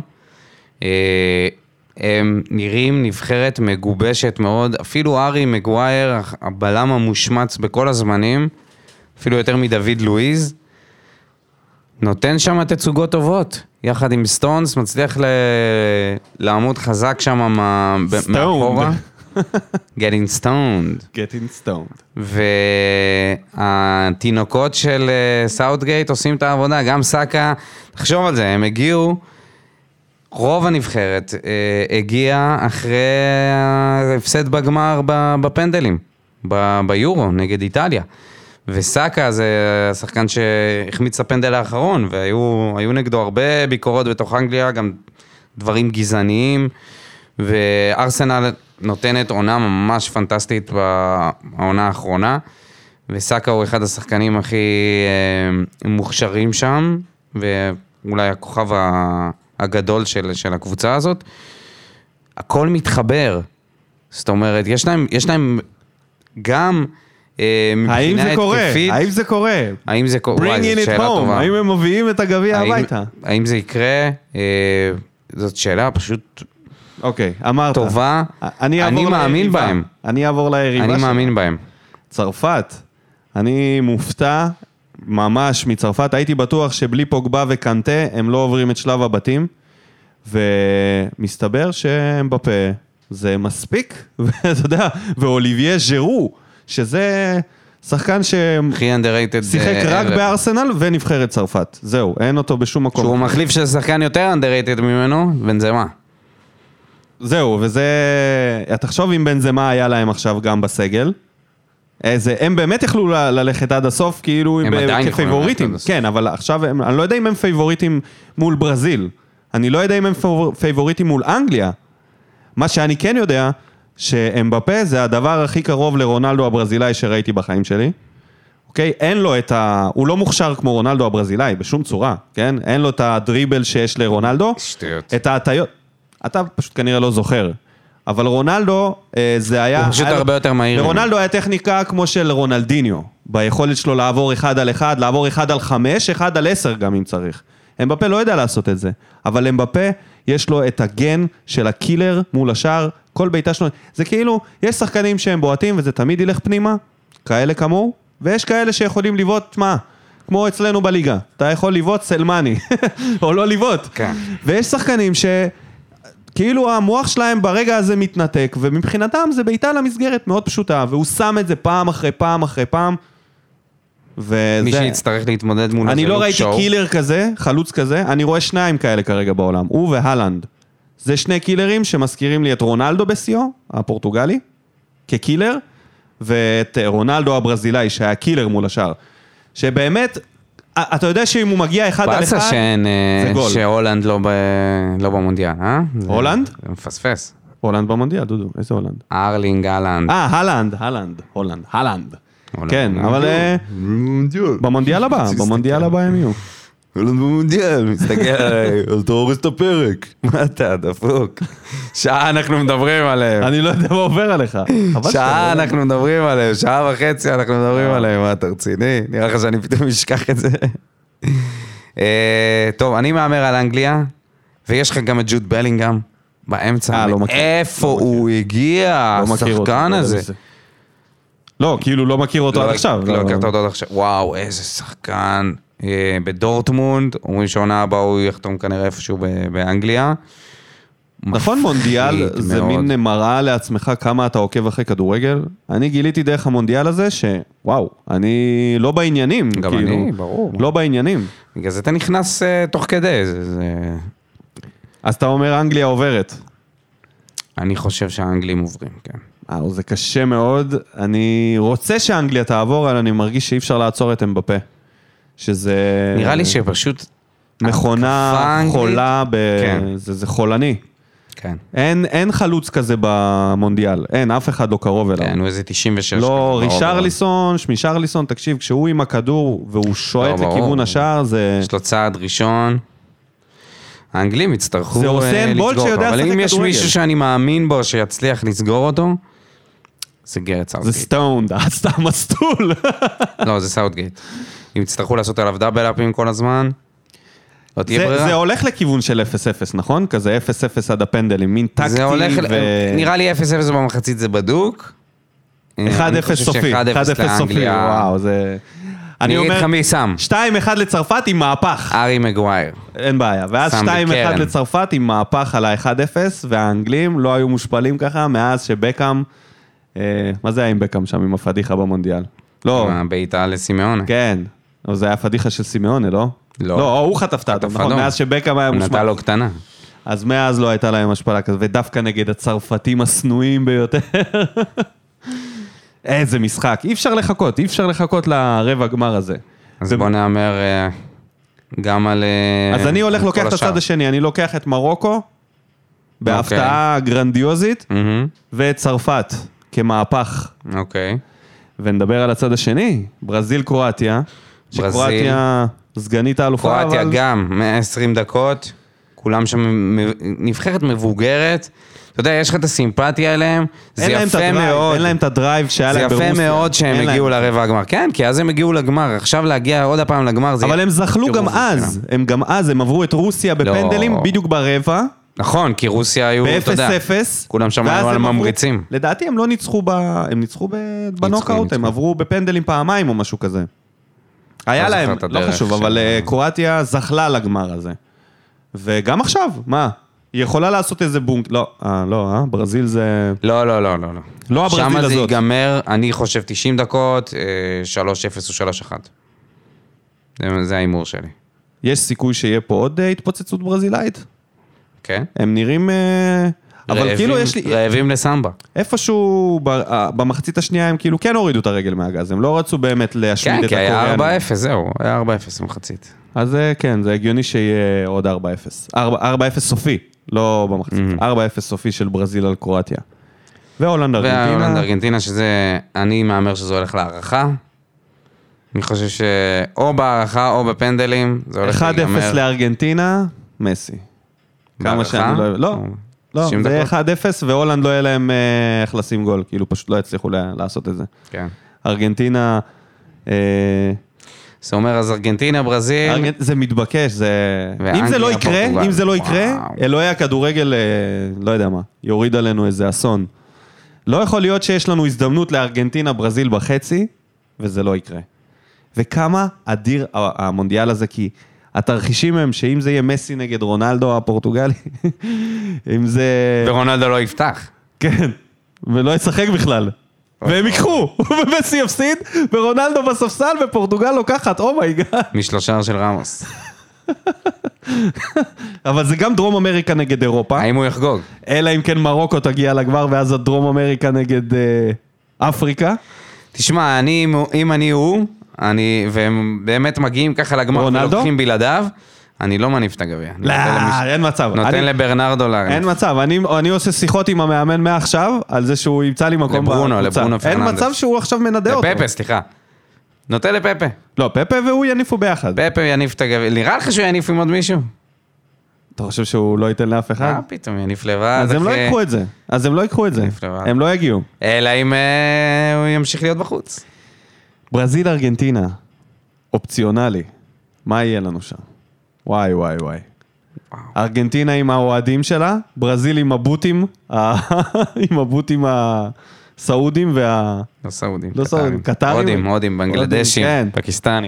הם נראים נבחרת מגובשת מאוד, אפילו ארי מגווייר, הבלם המושמץ בכל הזמנים, אפילו יותר מדוד לואיז, נותן שם תצוגות טובות, יחד עם סטונס, מצליח ל... לעמוד חזק שם מאחורה. Getting stoned. Getting stoned. והתינוקות של סאוטגייט עושים את העבודה, גם סאקה, תחשוב על זה, הם הגיעו, רוב הנבחרת הגיע אחרי ההפסד בגמר בפנדלים, ביורו, נגד איטליה. וסאקה זה השחקן שהחמיץ הפנדל האחרון, והיו נגדו הרבה ביקורות בתוך אנגליה, גם דברים גזעניים, וארסנל נותנת עונה ממש פנטסטית בעונה האחרונה, וסאקה הוא אחד השחקנים הכי מוכשרים שם, ואולי הכוכב הגדול של, של הקבוצה הזאת. הכל מתחבר. זאת אומרת, יש להם, יש להם גם האם זה קורה? האם זה קורה? האם זה קורה? Bring in it home. האם הם מביאים את הגביע הביתה? האם זה יקרה? זאת שאלה פשוט אוקיי, אמרת. טובה. אני מאמין בהם. אני אעבור ליריבה. אני מאמין בהם. צרפת. אני מופתע ממש מצרפת. הייתי בטוח שבלי פוגבה וקנטה הם לא עוברים את שלב הבתים. ומסתבר שהם בפה. זה מספיק. ואתה יודע, ואוליביה ז'רו. שזה שחקן ששיחק רק בארסנל ונבחרת צרפת. זהו, אין אותו בשום מקום. שהוא מחליף של שחקן יותר underrated ממנו, בנזמה. זהו, וזה... תחשוב אם בנזמה היה להם עכשיו גם בסגל. איזה, הם באמת יכלו ללכת עד הסוף, כאילו כפייבוריטים. כן, אבל עכשיו, אני לא יודע אם הם פייבוריטים מול ברזיל. אני לא יודע אם הם פייבוריטים מול אנגליה. מה שאני כן יודע... שאמבפה זה הדבר הכי קרוב לרונלדו הברזילאי שראיתי בחיים שלי. אוקיי? אין לו את ה... הוא לא מוכשר כמו רונלדו הברזילאי, בשום צורה, כן? אין לו את הדריבל שיש לרונלדו. שטויות. את ההטיות. אתה פשוט כנראה לא זוכר. אבל רונלדו, זה היה... הוא פשוט הרבה יותר מהיר. לרונלדו היה טכניקה כמו של רונלדיניו. ביכולת שלו לעבור אחד על אחד, לעבור אחד על חמש, אחד על עשר גם אם צריך. אמבפה לא יודע לעשות את זה. אבל אמבפה יש לו את הגן של הקילר מול השאר, כל ביתה שלו, זה כאילו, יש שחקנים שהם בועטים וזה תמיד ילך פנימה, כאלה כמוהו, ויש כאלה שיכולים לבעוט, מה? כמו אצלנו בליגה, אתה יכול לבעוט סלמני, או לא לבעוט. כן. ויש שחקנים שכאילו המוח שלהם ברגע הזה מתנתק, ומבחינתם זה ביתה למסגרת מאוד פשוטה, והוא שם את זה פעם אחרי פעם אחרי פעם, וזה... מי שיצטרך להתמודד מול... אני לא ראיתי קילר כזה, חלוץ כזה, אני רואה שניים כאלה כרגע בעולם, הוא והלנד. זה שני קילרים שמזכירים לי את רונלדו בסיו, הפורטוגלי, כקילר, ואת רונלדו הברזילאי, שהיה קילר מול השאר. שבאמת, אתה יודע שאם הוא מגיע אחד על אחד, זה גול. שהולנד לא, ב... לא במונדיאל, אה? הולנד? זה מפספס. הולנד במונדיאל, דודו, איזה הולנד? ארלינג, הלנד. אה, הלנד, הלנד, הולנד, הלנד. כן, אבל במונדיאל הבא, במונדיאל הבא הם יהיו. הולנד במונדיאל, מסתכל עליי, אז אתה הורס את הפרק. מה אתה, דפוק? שעה אנחנו מדברים עליהם. אני לא יודע מה עובר עליך. שעה אנחנו מדברים עליהם, שעה וחצי אנחנו מדברים עליהם. מה, אתה רציני? נראה לך שאני פתאום אשכח את זה. טוב, אני מאמר על אנגליה, ויש לך גם את ג'וד בלינגהם באמצע. איפה הוא הגיע, השחקן הזה? לא, כאילו לא מכיר אותו עד עכשיו. לא הכרת אותו עד עכשיו. וואו, איזה שחקן. בדורטמונד, אומרים שעונה הבאה הוא יחתום כנראה איפשהו באנגליה. נכון, מונדיאל זה מין מראה לעצמך כמה אתה עוקב אחרי כדורגל. אני גיליתי דרך המונדיאל הזה שוואו, אני לא בעניינים. גם אני, ברור. לא בעניינים. בגלל זה אתה נכנס תוך כדי. אז אתה אומר אנגליה עוברת. אני חושב שהאנגלים עוברים, כן. אה, זה קשה מאוד. אני רוצה שאנגליה תעבור, אבל אני מרגיש שאי אפשר לעצור את אמבפה. שזה... נראה לי שפשוט... מכונה חולה, ב... כן. זה, זה חולני. כן. אין, אין חלוץ כזה במונדיאל, אין, אף אחד לא קרוב אליו. כן, הוא איזה תשעים ושש. לא, רישרליסון, שמישרליסון, תקשיב, כשהוא עם הכדור והוא שואט לא, לכיוון השער, זה... יש לו צעד ראשון. האנגלים הצטרכו לסגור. זה עושה בולט שיודע לשחק כדורגל. אבל אם יש מישהו שאני מאמין בו שיצליח לסגור אותו, זה גרד סאוטגייט. זה סטונד, סתם מסטול. לא, זה סאוטגייט. אם יצטרכו לעשות עליו דאבל-אפים כל הזמן, לא תהיה ברירה. זה הולך לכיוון של אפס אפס, נכון? כזה אפס אפס עד הפנדלים, מין טקטי ו... נראה לי אפס אפס במחצית זה בדוק. אחד אפס סופי, אחד אפס סופי, וואו, זה... אני אגיד לך מי שם. שתיים אחד לצרפת עם מהפך. ארי מגווייר. אין בעיה. ואז שתיים אחד לצרפת עם מהפך על ה-אחד אפס, והאנגלים לא היו מושפלים ככה, מאז שבקאם... מה זה היה עם בקאם שם, עם הפדיחה במונדיאל? לא. בעיטה לסימאונה. כן. אבל זה היה פדיחה של סימאונה, לא? לא. לא, הוא חטף את נכון? מאז שבקאם היה מושפל. נתן לו קטנה. אז מאז לא הייתה להם השפלה כזאת, ודווקא נגד הצרפתים הסנועים ביותר. איזה משחק, אי אפשר לחכות, אי אפשר לחכות לרבע הגמר הזה. אז בוא נאמר גם על... אז אני הולך לוקח את הצד השני, אני לוקח את מרוקו, בהפתעה גרנדיוזית, ואת צרפת, כמהפך. אוקיי. ונדבר על הצד השני, ברזיל קרואטיה, שקרואטיה סגנית האלופה, אבל... קרואטיה גם, מאה ועשרים דקות, כולם שם נבחרת מבוגרת, אתה יודע, יש לך את הסימפתיה אליהם, זה יפה מאוד. אין להם את הדרייב שהיה להם ברוסיה. זה יפה מאוד שהם הגיעו לרבע הגמר. כן, כי אז הם הגיעו לגמר, עכשיו להגיע עוד הפעם לגמר. אבל הם זכלו גם אז, הם גם אז, הם עברו את רוסיה בפנדלים בדיוק ברבע. נכון, כי רוסיה היו, אתה יודע, ב-אפס אפס. כולם שם היו על ממריצים. לדעתי הם לא ניצחו, הם ניצחו בנוקאוט, הם עברו בפנדלים פעמיים או משהו כזה. היה להם, לא חשוב, אבל קרואטיה זכלה לגמר הזה. וגם עכשיו, מה? היא יכולה לעשות איזה בונק, לא, אה, לא, אה, ברזיל זה... לא, לא, לא, לא. לא הברזיל הזאת. שם זה ייגמר, אני חושב תשעים דקות, שלוש אפס או שלוש אחת. זה האימור שלי. יש סיכוי שיהיה פה עוד התפוצצות ברזילאית? כן. הם נראים... אבל כאילו יש לי... רעבים לסמבה. איפשהו במחצית השנייה הם כאילו כן הורידו את הרגל מהגז, הם לא רצו באמת להשמיד את הקוריאנים. כן, כי היה ארבע אפס, זהו, היה ארבע אפס במחצית. אז כן, זה הגיוני שיהיה עוד ארבע אפס. ארבע אפס סופי, לא במחצית. ארבע אפס סופי של ברזיל על קרואטיה. והולנד ארגנטינה. והולנד ארגנטינה, שזה, אני מאמר שזה הולך להערכה. אני חושב שאו בהערכה או בפנדלים, זה הולך להיגמר. אחד אפס לארגנטינה, מסי. כמה שאני לא... לא, לא, זה יהיה אחד אפס, והולנד לא יהיה להם איך לשים גול, כאילו פשוט לא יצליחו לעשות את זה. כן. ארגנטינה... זה אומר, אז ארגנטינה, ברזיל... זה מתבקש, זה... אם זה לא יקרה, אם זה לא יקרה, אלוהי הכדורגל, לא יודע מה, יוריד עלינו איזה אסון. לא יכול להיות שיש לנו הזדמנות לארגנטינה, ברזיל בחצי, וזה לא יקרה. וכמה אדיר המונדיאל הזה, כי התרחישים הם שאם זה יהיה מסי נגד רונלדו הפורטוגלי, אם זה... ורונלדו לא יפתח. כן, ולא ישחק בכלל. והם ייקחו, ומסי יפסיד, ורונלדו בספסל, ופורטוגל לוקחת, אומייגאד. משלושה של רמוס. אבל זה גם דרום אמריקה נגד אירופה. האם הוא יחגוג? אלא אם כן מרוקו תגיע לגמר, ואז הדרום אמריקה נגד אפריקה. תשמע, אם אני הוא, והם באמת מגיעים ככה לגמר, ולוקחים בלעדיו, אני לא מניף את הגביע. לא, אין מצב. נותן לברנרדו להריף. אין מצב, אני עושה שיחות עם המאמן מעכשיו, על זה שהוא ימצא לי מקום לברונו, לברונו פרננדס. אין מצב שהוא עכשיו מנדה אותו. לפפה, סליחה. נותן לפפה. לא, פפה והוא יניפו ביחד. פפה יניף את הגביע. נראה לך שהוא יניף עם עוד מישהו? אתה חושב שהוא לא ייתן לאף אחד? אה, פתאום יניף לבד. אז הם לא יקחו את זה. אז הם לא יקחו את זה. הם לא יגיעו. אלא אם הוא ימשיך להיות בחוץ. ברזיל, ארגנטינה. אופציונלי. מה יהיה לנו שם? וואי, וואי, וואי. ארגנטינה עם האוהדים שלה, ברזיל עם הבוטים, עם הבוטים הסעודים וה... לא סעודים, לא סעודים, קטרים. הודים, הודים, בנגלדשים, פקיסטנים.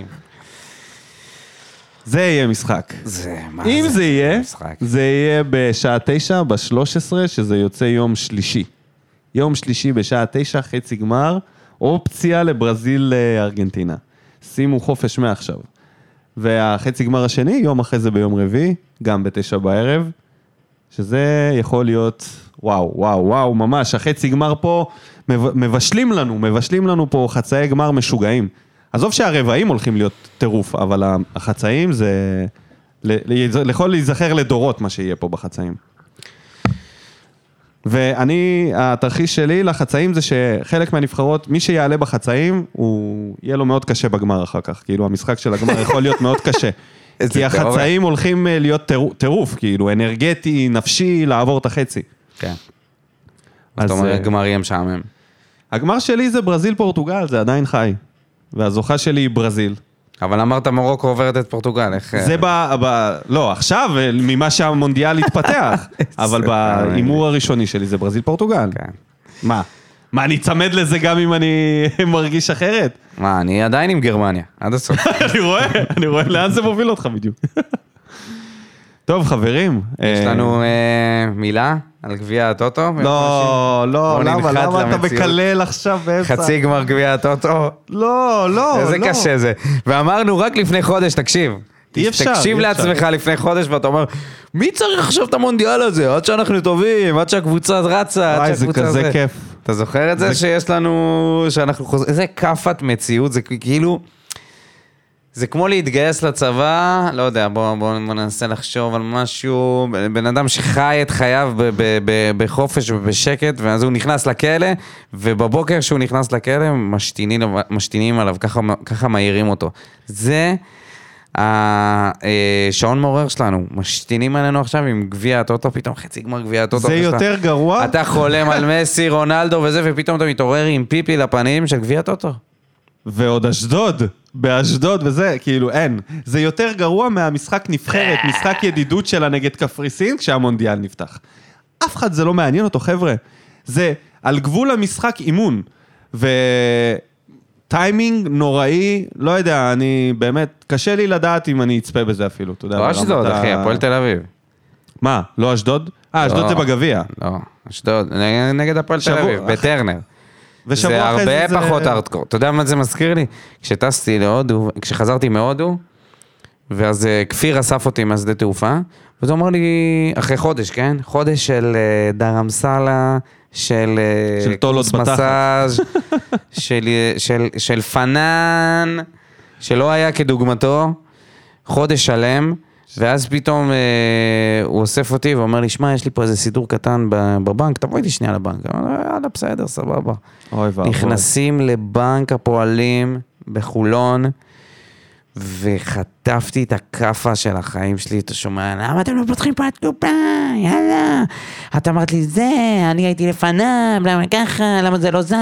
זה יהיה משחק. זה, מה אם זה? זה יהיה, זה יהיה בשעה תשע, ב-שלוש עשרה, שזה יוצא יום שלישי. יום שלישי בשעה תשע, חצי גמר, אופציה לברזיל ארגנטינה. שימו חופש מעכשיו. והחצי גמר השני, יום אחרי זה ביום רביעי, גם בתשע בערב, שזה יכול להיות, וואו, וואו, וואו, ממש, החצי גמר פה, מבשלים לנו, מבשלים לנו פה חצאי גמר משוגעים. עזוב שהרבעים הולכים להיות טירוף, אבל החצאים זה, יכול להיזכר לדורות מה שיהיה פה בחצאים. ואני, התרחיש שלי לחצאים זה שחלק מהנבחרות, מי שיעלה בחצאים, הוא יהיה לו מאוד קשה בגמר אחר כך. כאילו, המשחק של הגמר יכול להיות מאוד קשה. כי החצאים הולכים להיות טירוף, כאילו, אנרגטי, נפשי, לעבור את החצי. כן. אז אתה אומר, הגמר יהיה משעמם. הגמר שלי זה ברזיל-פורטוגל, זה עדיין חי. והזוכה שלי היא ברזיל. אבל אמרת מרוקו עוברת את פורטוגל, איך... זה ב... ב... לא, עכשיו, ממה שהמונדיאל התפתח, אבל באימור הראשוני שלי זה ברזיל-פורטוגל. כן. מה? מה, אני צמד לזה גם אם אני מרגיש אחרת? מה, אני עדיין עם גרמניה, עד הסוף. אני רואה, אני רואה לאן זה מוביל אותך בדיוק. טוב, חברים. יש לנו מילה על גביע הטוטו? לא, לא, למה? למה אתה מקלל עכשיו באמצע? חצי גמר גביע הטוטו? לא, לא, לא. איזה קשה זה. ואמרנו רק לפני חודש, תקשיב. אי אפשר. תקשיב לעצמך לפני חודש ואתה אומר, מי צריך עכשיו את המונדיאל הזה? עד שאנחנו טובים, עד שהקבוצה רצה, וואי, זה כזה כיף. אתה זוכר את זה שיש לנו, שאנחנו חוזרים, איזה כפת מציאות, זה כאילו, זה כמו להתגייס לצבא, לא יודע, בואו בוא, בוא ננסה לחשוב על משהו, בן אדם שחי את חייו ב, ב, ב, בחופש ובשקט, ואז הוא נכנס לכלא, ובבוקר שהוא נכנס לכלא, משתינים, משתינים עליו, ככה, ככה מהירים אותו. זה השעון מעורר שלנו, משתינים עלינו עכשיו עם גביע הטוטו, פתאום חצי גמר גביע הטוטו. זה יותר שאתה, גרוע? אתה חולם על מסי, רונלדו וזה, ופתאום אתה מתעורר עם פיפי לפנים של גביע הטוטו. ועוד אשדוד, באשדוד וזה, כאילו אין. זה יותר גרוע מהמשחק נבחרת, משחק ידידות שלה נגד קפריסין, כשהמונדיאל נפתח. אף אחד זה לא מעניין אותו, חבר'ה. זה על גבול המשחק אימון. וטיימינג נוראי, לא יודע, אני באמת, קשה לי לדעת אם אני אצפה בזה אפילו. לא אשדוד, אחי, הפועל תל אביב. מה, לא אשדוד? אה, אשדוד זה בגביע. לא, אשדוד, נגד הפועל תל אביב, בטרנר. זה הרבה פחות ארטקור. אתה יודע מה זה מזכיר לי? כשטסתי להודו, כשחזרתי מהודו, ואז כפיר אסף אותי מהשדה תעופה, וזה אומר לי, אחרי חודש, כן? חודש של דרמסלה, של טולות מסאז', של פנן, שלא היה כדוגמתו, חודש שלם, ואז פתאום אה, הוא אוסף אותי ואומר לי, שמע, יש לי פה איזה סידור קטן בבנק, תבוא איתי שנייה לבנק. אני אומר, יאללה, בסדר, סבבה. אוי ואבוי. נכנסים לבנק הפועלים בחולון, וחטפתי את הקפה של החיים שלי, אתה שומע, למה אתם לא פותחים פה את קופה? יאללה. אתה אמרת לי, זה, אני הייתי לפניו, למה ככה, למה זה לא זז?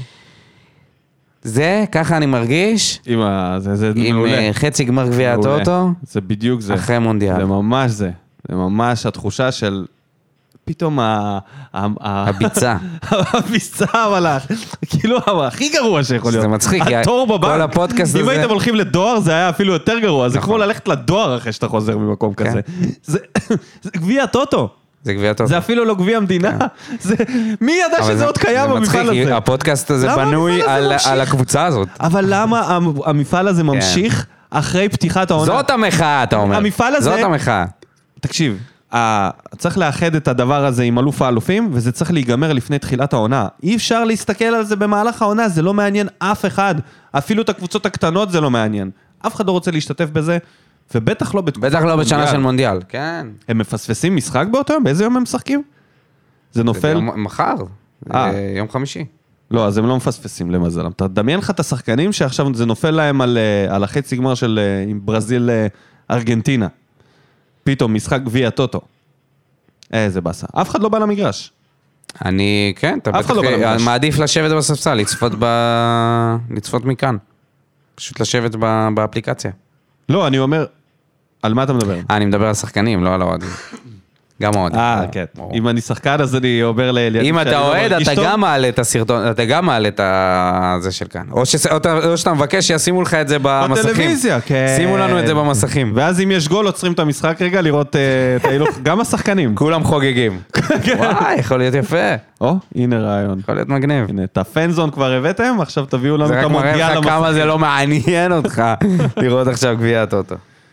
זה, ככה אני מרגיש, עם, ה... זה, זה עם מעולה. חצי גמר גביע הטוטו, זה בדיוק זה. אחרי מונדיאל. זה ממש זה. זה ממש התחושה של פתאום ה... הביצה. הביצה, אבל כאילו הכי גרוע שיכול להיות. זה מצחיק. התור בבנק. כל הפודקאסט הזה. אם הייתם הולכים לדואר, זה היה אפילו יותר גרוע. זה כמו ללכת לדואר אחרי שאתה חוזר ממקום כזה. זה גביע הטוטו. זה גביע טוב. זה אפילו לא גביע המדינה. מי ידע שזה עוד קיים במפעל הזה? הפודקאסט הזה בנוי על הקבוצה הזאת. אבל למה המפעל הזה ממשיך אחרי פתיחת העונה? זאת המחאה, אתה אומר. המפעל הזה... זאת המחאה. תקשיב, צריך לאחד את הדבר הזה עם אלוף האלופים, וזה צריך להיגמר לפני תחילת העונה. אי אפשר להסתכל על זה במהלך העונה, זה לא מעניין אף אחד. אפילו את הקבוצות הקטנות זה לא מעניין. אף אחד לא רוצה להשתתף בזה. ובטח לא בתקופה בטח לא בשנה של מונדיאל, כן. הם מפספסים משחק באותו יום? באיזה יום הם משחקים? זה נופל? מחר, יום חמישי. לא, אז הם לא מפספסים למזלם. אתה דמיין לך את השחקנים שעכשיו זה נופל להם על, על החצי גמר של עם ברזיל ארגנטינה. פתאום משחק גביע טוטו. איזה בסה. אף אחד לא בא למגרש. אני, כן, אתה בטח מעדיף לשבת בספסל, לצפות ב... לצפות מכאן. פשוט לשבת באפליקציה. לא, אני אומר, על מה אתה מדבר? אני מדבר על שחקנים, לא על האוהדים. גם האוהדים. אה, כן. אם אני שחקן, אז אני אומר לידי... אם אתה אוהד, אתה גם מעלה את הסרטון, אתה גם מעלה את זה של כאן. או שאתה מבקש שישימו לך את זה במסכים. בטלוויזיה, כן. שימו לנו את זה במסכים. ואז אם יש גול, עוצרים את המשחק רגע, לראות את ההילוך, גם השחקנים. כולם חוגגים. וואי, יכול להיות יפה. או, הנה רעיון. יכול להיות מגניב. הנה, את הפנזון כבר הבאתם, עכשיו תביאו לנו את המונדיאל. זה רק מראה לך כמה זה לא מעניין אותך, לראות עכשיו גביע הטוטו.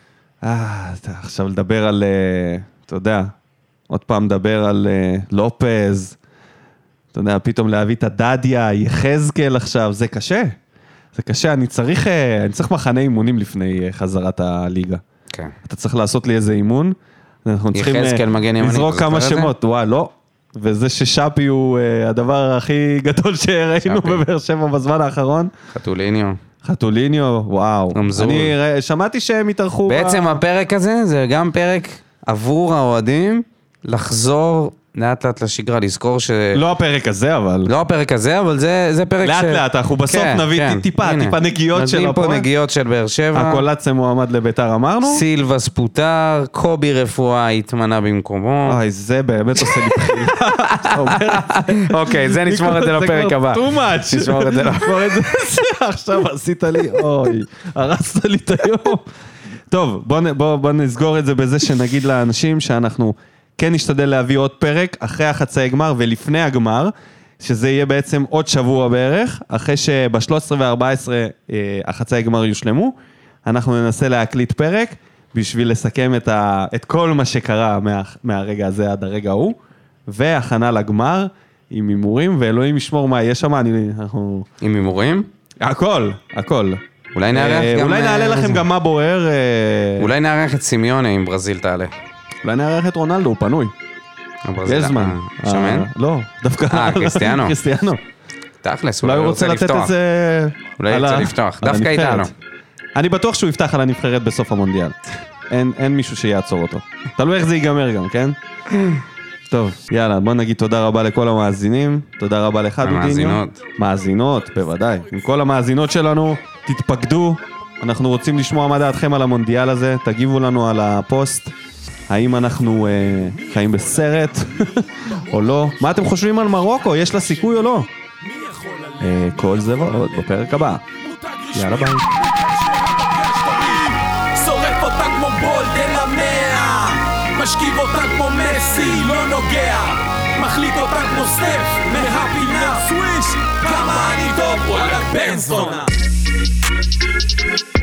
אה, עכשיו לדבר על, אתה יודע, עוד פעם לדבר על לופז, אתה יודע, פתאום להביא את הדדיה, יחזקאל עכשיו, זה קשה. זה קשה, אני צריך, אני צריך מחנה אימונים לפני חזרת הליגה. כן. אתה צריך לעשות לי איזה אימון, אנחנו צריכים לזרוק כמה שמות, וואי, לא. וזה ששאפי הוא הדבר הכי גדול שראינו בבאר שבע בזמן האחרון. חתוליניו. חתוליניו, וואו. אני שמעתי שהם התארחו... בעצם הפרק הזה זה גם פרק עבור האוהדים לחזור לאט לאט לשגרה, לזכור ש... לא הפרק הזה, אבל... לא הפרק הזה, אבל זה, זה פרק לאט ש... לאט לאט, אנחנו בסוף כן, נביא כן. טיפה, הנה. טיפה נגיעות של הפועל. נביא פה נגיעות של באר שבע. הקולציה מועמד לביתר אמרנו. סילבס פוטר, קובי רפואה התמנה במקומו. אוי, זה באמת עושה לי בחילה. אוקיי, זה נשמור את זה לפרק הבא. זה כבר too much. נשמור את זה לפרק. עכשיו עשית לי, אוי, הרסת לי את היום. טוב, בוא, בוא, בוא נסגור את זה בזה שנגיד לאנשים שאנחנו... כן נשתדל להביא עוד פרק אחרי החצאי גמר ולפני הגמר, שזה יהיה בעצם עוד שבוע בערך, אחרי שב-שלוש עשרה ו-ארבע עשרה אה, החצאי גמר יושלמו, אנחנו ננסה להקליט פרק, בשביל לסכם את, ה, את כל מה שקרה מה, מהרגע הזה עד הרגע ההוא, והכנה לגמר עם הימורים, ואלוהים ישמור מה יש שם, אני... אנחנו... עם הימורים? הכל, הכל. אולי נערך גם... אולי נעלה לכם גם מה בוער. אולי נערך את סימיונה אם ברזיל תעלה. אולי נערך את רונלדו, הוא פנוי. יש זמן. שמן? לא, דווקא... אה, קריסטיאנו. קריסטיאנו. תכלס, אולי הוא רוצה לתת את זה... אולי הוא רוצה לפתוח, דווקא איתנו. אני בטוח שהוא יפתח על הנבחרת בסוף המונדיאל. אין מישהו שיעצור אותו. תלוי איך זה ייגמר גם, כן? טוב, יאללה, בוא נגיד תודה רבה לכל המאזינים. תודה רבה לך, דודיניו. המאזינות. מאזינות, בוודאי. עם כל המאזינות שלנו, תתפקדו. אנחנו רוצים לשמוע מה דעתכם על המונדיאל הזה. תגיבו לנו על הפוסט. האם אנחנו אה, חיים בסרט או לא? מה אתם חושבים על מרוקו? יש לה סיכוי או לא? אה, כל זה ועוד בפרק הבא. יאללה ביי. שורף אותה כמו בולדן המאה, משכיב אותה כמו מסי, לא נוגע, מחליט אותה כמו סטף מהפינה, סוויש, כמה אני טוב, וואלה בן זונה.